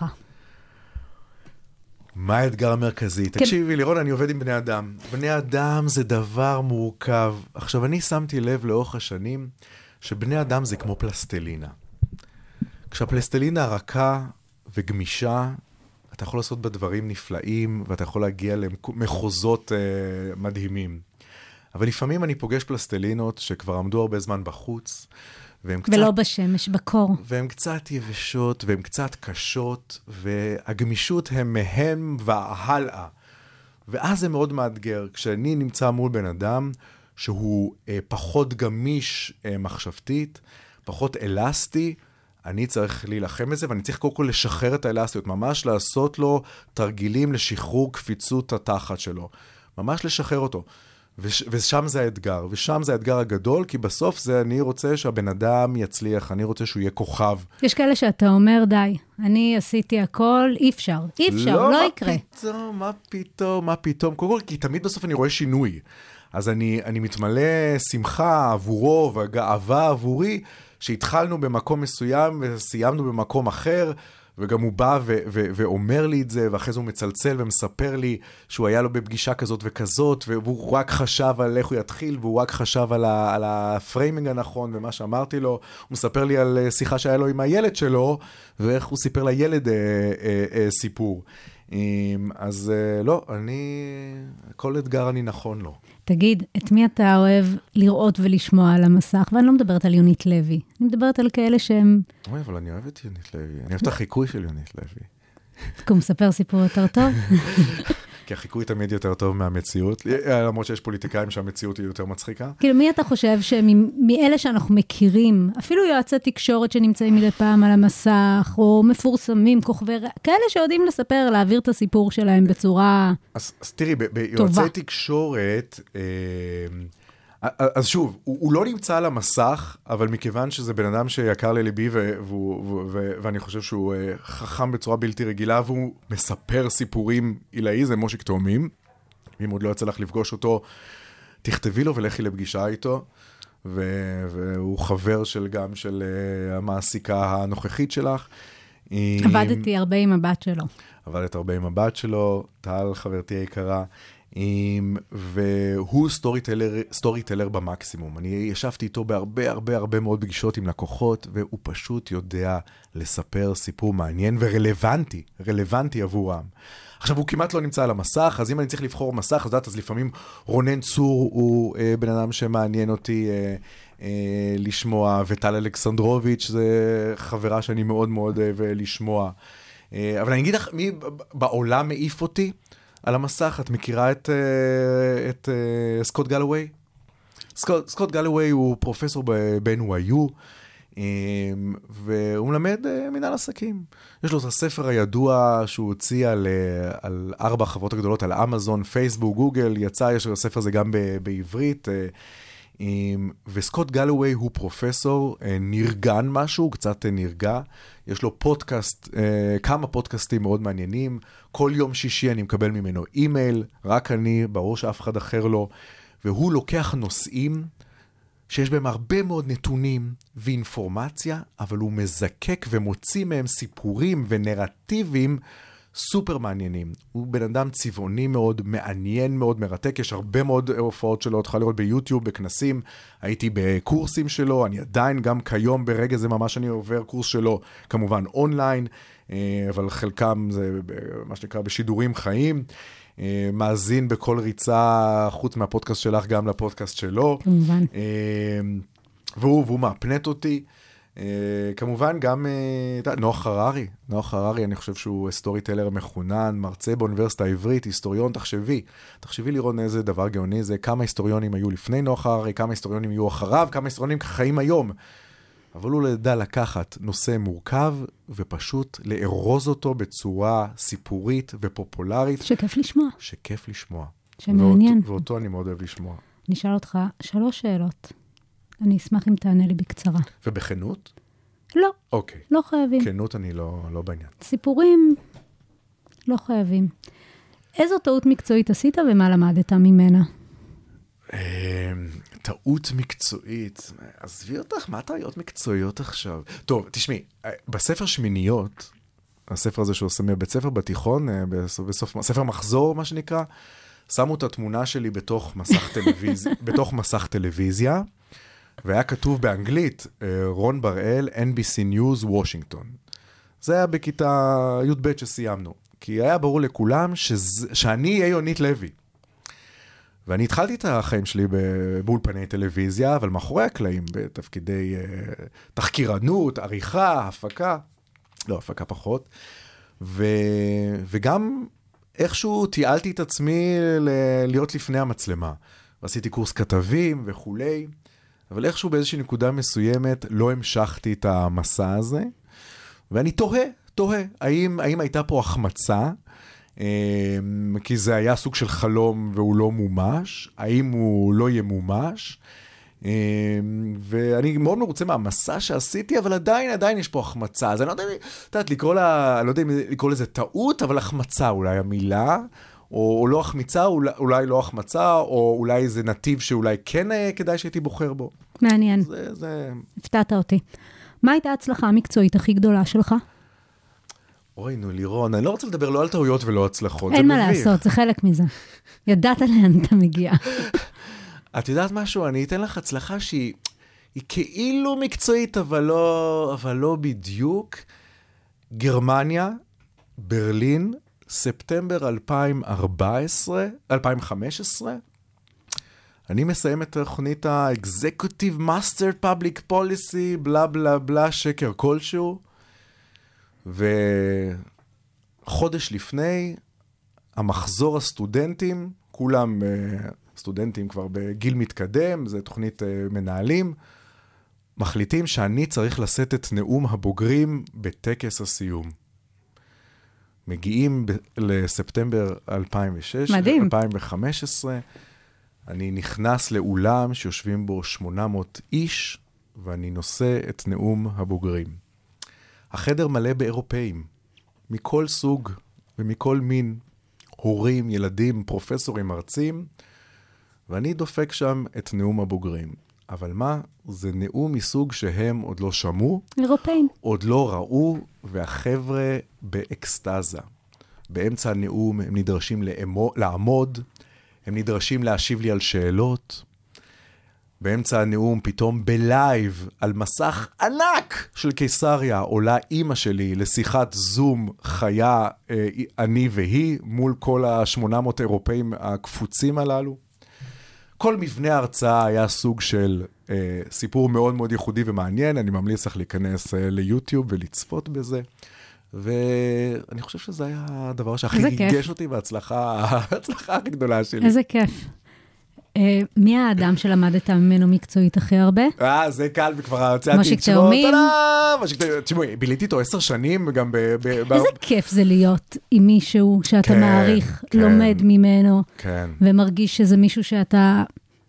מה האתגר המרכזי? תקשיבי, לירון, אני עובד עם בני אדם. בני אדם זה דבר מורכב. עכשיו, אני שמתי לב לאורך השנים שבני אדם זה כמו פלסטלינה. כשהפלסטלינה רכה וגמישה, אתה יכול לעשות בה דברים נפלאים, ואתה יכול להגיע למחוזות uh, מדהימים. אבל לפעמים אני פוגש פלסטלינות שכבר עמדו הרבה זמן בחוץ, והם קצת... ולא בשמש, בקור. והן קצת יבשות, והן קצת קשות, והגמישות הם מהם וההלאה. ואז זה מאוד מאתגר. כשאני נמצא מול בן אדם שהוא אה, פחות גמיש אה, מחשבתית, פחות אלסטי, אני צריך להילחם בזה, ואני צריך קודם כל לשחרר את האלסטיות, ממש לעשות לו תרגילים לשחרור קפיצות התחת שלו. ממש לשחרר אותו. וש, ושם זה האתגר, ושם זה האתגר הגדול, כי בסוף זה אני רוצה שהבן אדם יצליח, אני רוצה שהוא יהיה כוכב. יש כאלה שאתה אומר, די, אני עשיתי הכל, אי אפשר, אי אפשר, לא, לא מה יקרה. פתאום, מה פתאום, מה פתאום, קודם כל, כי תמיד בסוף אני רואה שינוי. אז אני, אני מתמלא שמחה עבורו וגאווה עבורי, שהתחלנו במקום מסוים וסיימנו במקום אחר, וגם הוא בא ו- ו- ואומר לי את זה, ואחרי זה הוא מצלצל ומספר לי שהוא היה לו בפגישה כזאת וכזאת, והוא רק חשב על איך הוא יתחיל, והוא רק חשב על, ה- על הפריימינג הנכון ומה שאמרתי לו. הוא מספר לי על שיחה שהיה לו עם הילד שלו, ואיך הוא סיפר לילד אה, אה, אה, סיפור. אז אה, לא, אני, כל אתגר אני נכון לו. תגיד, את מי אתה אוהב לראות ולשמוע על המסך? ואני לא מדברת על יונית לוי. אני מדברת על כאלה שהם... אוי, אבל אני אוהב את יונית לוי. אני אוהב את החיקוי של יונית לוי. כי הוא מספר סיפור יותר טוב? כי החיקוי תמיד יותר טוב מהמציאות, למרות שיש פוליטיקאים שהמציאות היא יותר מצחיקה. כאילו, מי אתה חושב שמאלה שאנחנו מכירים, אפילו יועצי תקשורת שנמצאים מדי פעם על המסך, או מפורסמים, כוכבי, כאלה שיודעים לספר, להעביר את הסיפור שלהם בצורה אז, אז תראי, ביועצי תקשורת, אה, אז שוב, הוא, הוא לא נמצא על המסך, אבל מכיוון שזה בן אדם שיקר לליבי, ו, ו, ו, ו, ואני חושב שהוא חכם בצורה בלתי רגילה, והוא מספר סיפורים עילאי, זה מושיק תאומים. אם עוד לא יצא לך לפגוש אותו, תכתבי לו ולכי לפגישה איתו, ו, והוא חבר של גם של uh, המעסיקה הנוכחית שלך. עבדתי הרבה עם הבת שלו. עבדת הרבה עם הבת שלו, טל חברתי היקרה. והוא סטורי טלר, סטורי טלר במקסימום. אני ישבתי איתו בהרבה הרבה הרבה מאוד פגישות עם לקוחות, והוא פשוט יודע לספר סיפור מעניין ורלוונטי, רלוונטי עבורם. עכשיו, הוא כמעט לא נמצא על המסך, אז אם אני צריך לבחור מסך, אז, אז לפעמים רונן צור הוא אה, בן אדם שמעניין אותי אה, אה, לשמוע, וטל אלכסנדרוביץ' זה חברה שאני מאוד מאוד אוהב לשמוע. אה, אבל אני אגיד לך, מי בעולם מעיף אותי? על המסך, את מכירה את, את, את סקוט גלווי? סקוט, סקוט גלווי הוא פרופסור ב-אן וואי יו, והוא מלמד מנהל עסקים. יש לו את הספר הידוע שהוא הוציא על, על ארבע החברות הגדולות, על אמזון, פייסבוק, גוגל, יצא, יש לו הספר הזה גם ב- בעברית, וסקוט גלווי הוא פרופסור, נרגן משהו, קצת נרגע, יש לו פודקאסט, כמה פודקאסטים מאוד מעניינים, כל יום שישי אני מקבל ממנו אימייל, רק אני, ברור שאף אחד אחר לא, והוא לוקח נושאים שיש בהם הרבה מאוד נתונים ואינפורמציה, אבל הוא מזקק ומוציא מהם סיפורים ונרטיבים סופר מעניינים. הוא בן אדם צבעוני מאוד, מעניין מאוד, מרתק. יש הרבה מאוד הופעות שלו, תוכל לראות ביוטיוב, בכנסים. הייתי בקורסים שלו, אני עדיין גם כיום ברגע זה ממש אני עובר קורס שלו, כמובן אונליין, אבל חלקם זה מה שנקרא בשידורים חיים. מאזין בכל ריצה, חוץ מהפודקאסט שלך, גם לפודקאסט שלו. כמובן. והוא, והוא מאפנט אותי. Uh, כמובן גם uh, נוח הררי, נוח הררי אני חושב שהוא סטורי טלר מחונן, מרצה באוניברסיטה העברית, היסטוריון, תחשבי, תחשבי לראות איזה דבר גאוני זה, כמה היסטוריונים היו לפני נוח הררי, כמה היסטוריונים יהיו אחריו, כמה היסטוריונים חיים היום, אבל הוא לדע לקחת נושא מורכב ופשוט לארוז אותו בצורה סיפורית ופופולרית. שכיף לשמוע. שכיף לשמוע. שמעניין. ואות, ואותו אני מאוד אוהב לשמוע. נשאל אותך שלוש שאלות. אני אשמח אם תענה לי בקצרה. ובכנות? לא, אוקיי. לא חייבים. כנות אני לא, לא בעניין. סיפורים, לא חייבים. איזו טעות מקצועית עשית ומה למדת ממנה? טעות מקצועית, עזבי אותך, מה טעויות מקצועיות עכשיו? טוב, תשמעי, בספר שמיניות, הספר הזה שעושה מבית ספר בתיכון, בסוף, ספר מחזור, מה שנקרא, שמו את התמונה שלי בתוך מסך טלוויזיה, בתוך מסך טלוויזיה, והיה כתוב באנגלית, רון בראל, אן בי סי News, וושינגטון. זה היה בכיתה י' ב' שסיימנו, כי היה ברור לכולם שזה, שאני אהיה יונית לוי. ואני התחלתי את החיים שלי באולפני טלוויזיה, אבל מאחורי הקלעים, בתפקידי uh, תחקירנות, עריכה, הפקה, לא, הפקה פחות, ו... וגם איכשהו תיעלתי את עצמי ל- להיות לפני המצלמה. ועשיתי קורס כתבים וכולי, אבל איכשהו באיזושהי נקודה מסוימת לא המשכתי את המסע הזה, ואני תוהה, תוהה, האם, האם הייתה פה החמצה, כי זה היה סוג של חלום והוא לא מומש, האם הוא לא ימומש, ואני מאוד מרוצה מהמסע שעשיתי, אבל עדיין, עדיין יש פה החמצה, אז אני לא יודע, יודעת, לקרוא לה, לא יודע אם לקרוא לזה טעות, אבל החמצה אולי המילה, או, או לא החמצה, אולי, אולי לא החמצה, או אולי זה נתיב שאולי כן כדאי שהייתי בוחר בו. מעניין. זה, זה... הפתעת אותי. מה הייתה ההצלחה המקצועית הכי גדולה שלך? אוי, נו, לירון, אני לא רוצה לדבר לא על טעויות ולא הצלחות. אין מה לעשות, זה חלק מזה. ידעת לאן אתה מגיע. את יודעת משהו? אני אתן לך הצלחה שהיא היא כאילו מקצועית, אבל לא, אבל לא בדיוק. גרמניה, ברלין, ספטמבר אלפיים וארבע עשרה, אלפיים וחמש עשרה. אני מסיים את תוכנית ה-Executive Master Public Policy, בלה בלה בלה, שקר כלשהו. וחודש לפני, המחזור הסטודנטים, כולם סטודנטים כבר בגיל מתקדם, זה תוכנית מנהלים, מחליטים שאני צריך לשאת את נאום הבוגרים בטקס הסיום. מגיעים ב- לספטמבר אלפיים ושש, מדהים. אלפיים וחמש עשרה, אני נכנס לאולם שיושבים בו שמונה מאות איש, ואני נושא את נאום הבוגרים. החדר מלא באירופאים, מכל סוג ומכל מין, הורים, ילדים, פרופסורים, מרצים, ואני דופק שם את נאום הבוגרים. אבל מה? זה נאום מסוג שהם עוד לא שמעו, אירופאים. עוד לא ראו, והחבר'ה באקסטאזה. באמצע הנאום הם נדרשים לעמו, לעמוד, הם נדרשים להשיב לי על שאלות. באמצע הנאום פתאום בלייב על מסך ענק של קיסריה עולה אימא שלי לשיחת זום חיה אה, אני והיא מול כל ה-שמונה מאות אירופאים הקפוצים הללו. כל מבנה ההרצאה היה סוג של אה, סיפור מאוד מאוד ייחודי ומעניין, אני ממליץ לך להיכנס אה, ליוטיוב ולצפות בזה. ואני חושב שזה היה הדבר שהכי ריגש אותי בהצלחה, ההצלחה הכי גדולה שלי. איזה כיף. מי האדם שלמדת ממנו מקצועית הכי הרבה? אה, זה קל, וכבר הוצאתי מושיק תאומים. תשמעי, ביליתי איתו עשר שנים, גם ב... איזה כיף זה להיות עם מישהו שאתה מעריך, לומד ממנו, ומרגיש שזה מישהו שאתה...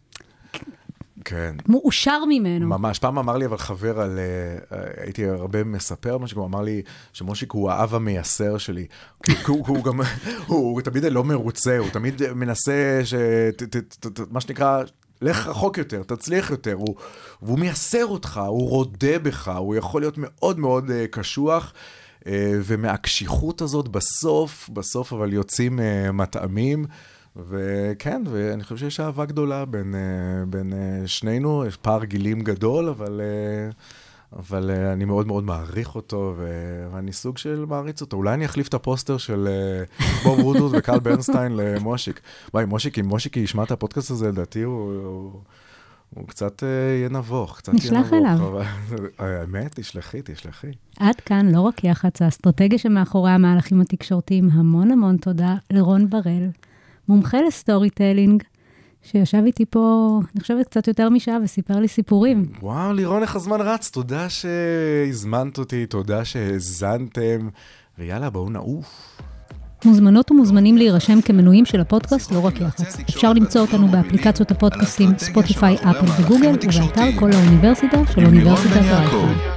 כן. מאושר ממנו. ממש. פעם אמר לי, אבל חבר על... הייתי הרבה מספר משהו, הוא אמר לי שמושיק הוא האב המייסר שלי. הוא גם... הוא תמיד לא מרוצה, הוא תמיד מנסה ש... מה שנקרא... לך רחוק יותר, תצליח יותר. והוא מייסר אותך, הוא רודה בך, הוא יכול להיות מאוד מאוד קשוח, ומהקשיחות הזאת בסוף, בסוף אבל יוצאים מטעמים, וכן, ואני חושב שיש אהבה גדולה בין, בין שנינו, יש פער גילים גדול, אבל, אבל אני מאוד מאוד מעריך אותו, ואני סוג של מעריץ אותו. אולי אני אחליף את הפוסטר של בוב וודווד וקל ברנסטיין למושיק. וואי, מושיק, אם מושיק ישמע את הפודקאסט הזה, לדעתי הוא, הוא, הוא קצת יהיה נבוך. קצת נשלח יהיה אליו. אבל, האמת, תשלחי, תשלחי. עד כאן, לא רק יח"צ, האסטרטגיה שמאחורי המהלכים התקשורתיים, המון המון תודה לרון בראל. מומחה לסטורי טיילינג, שישב איתי פה, אני חושבת קצת יותר משעה, וסיפר לי סיפורים. וואו, לירון, איך הזמן רץ, תודה שהזמנת אותי, תודה שהזנתם, ויאללה, בואו נעוף. מוזמנות ומוזמנים להירשם כמנויים של הפודקאסט, לא רק יח"צ. אפשר למצוא אותנו באפליקציות הפודקאסטים, ספוטיפיי, אפל וגוגל, ובאתר כל האוניברסיטה של אוניברסיטת רייכמן.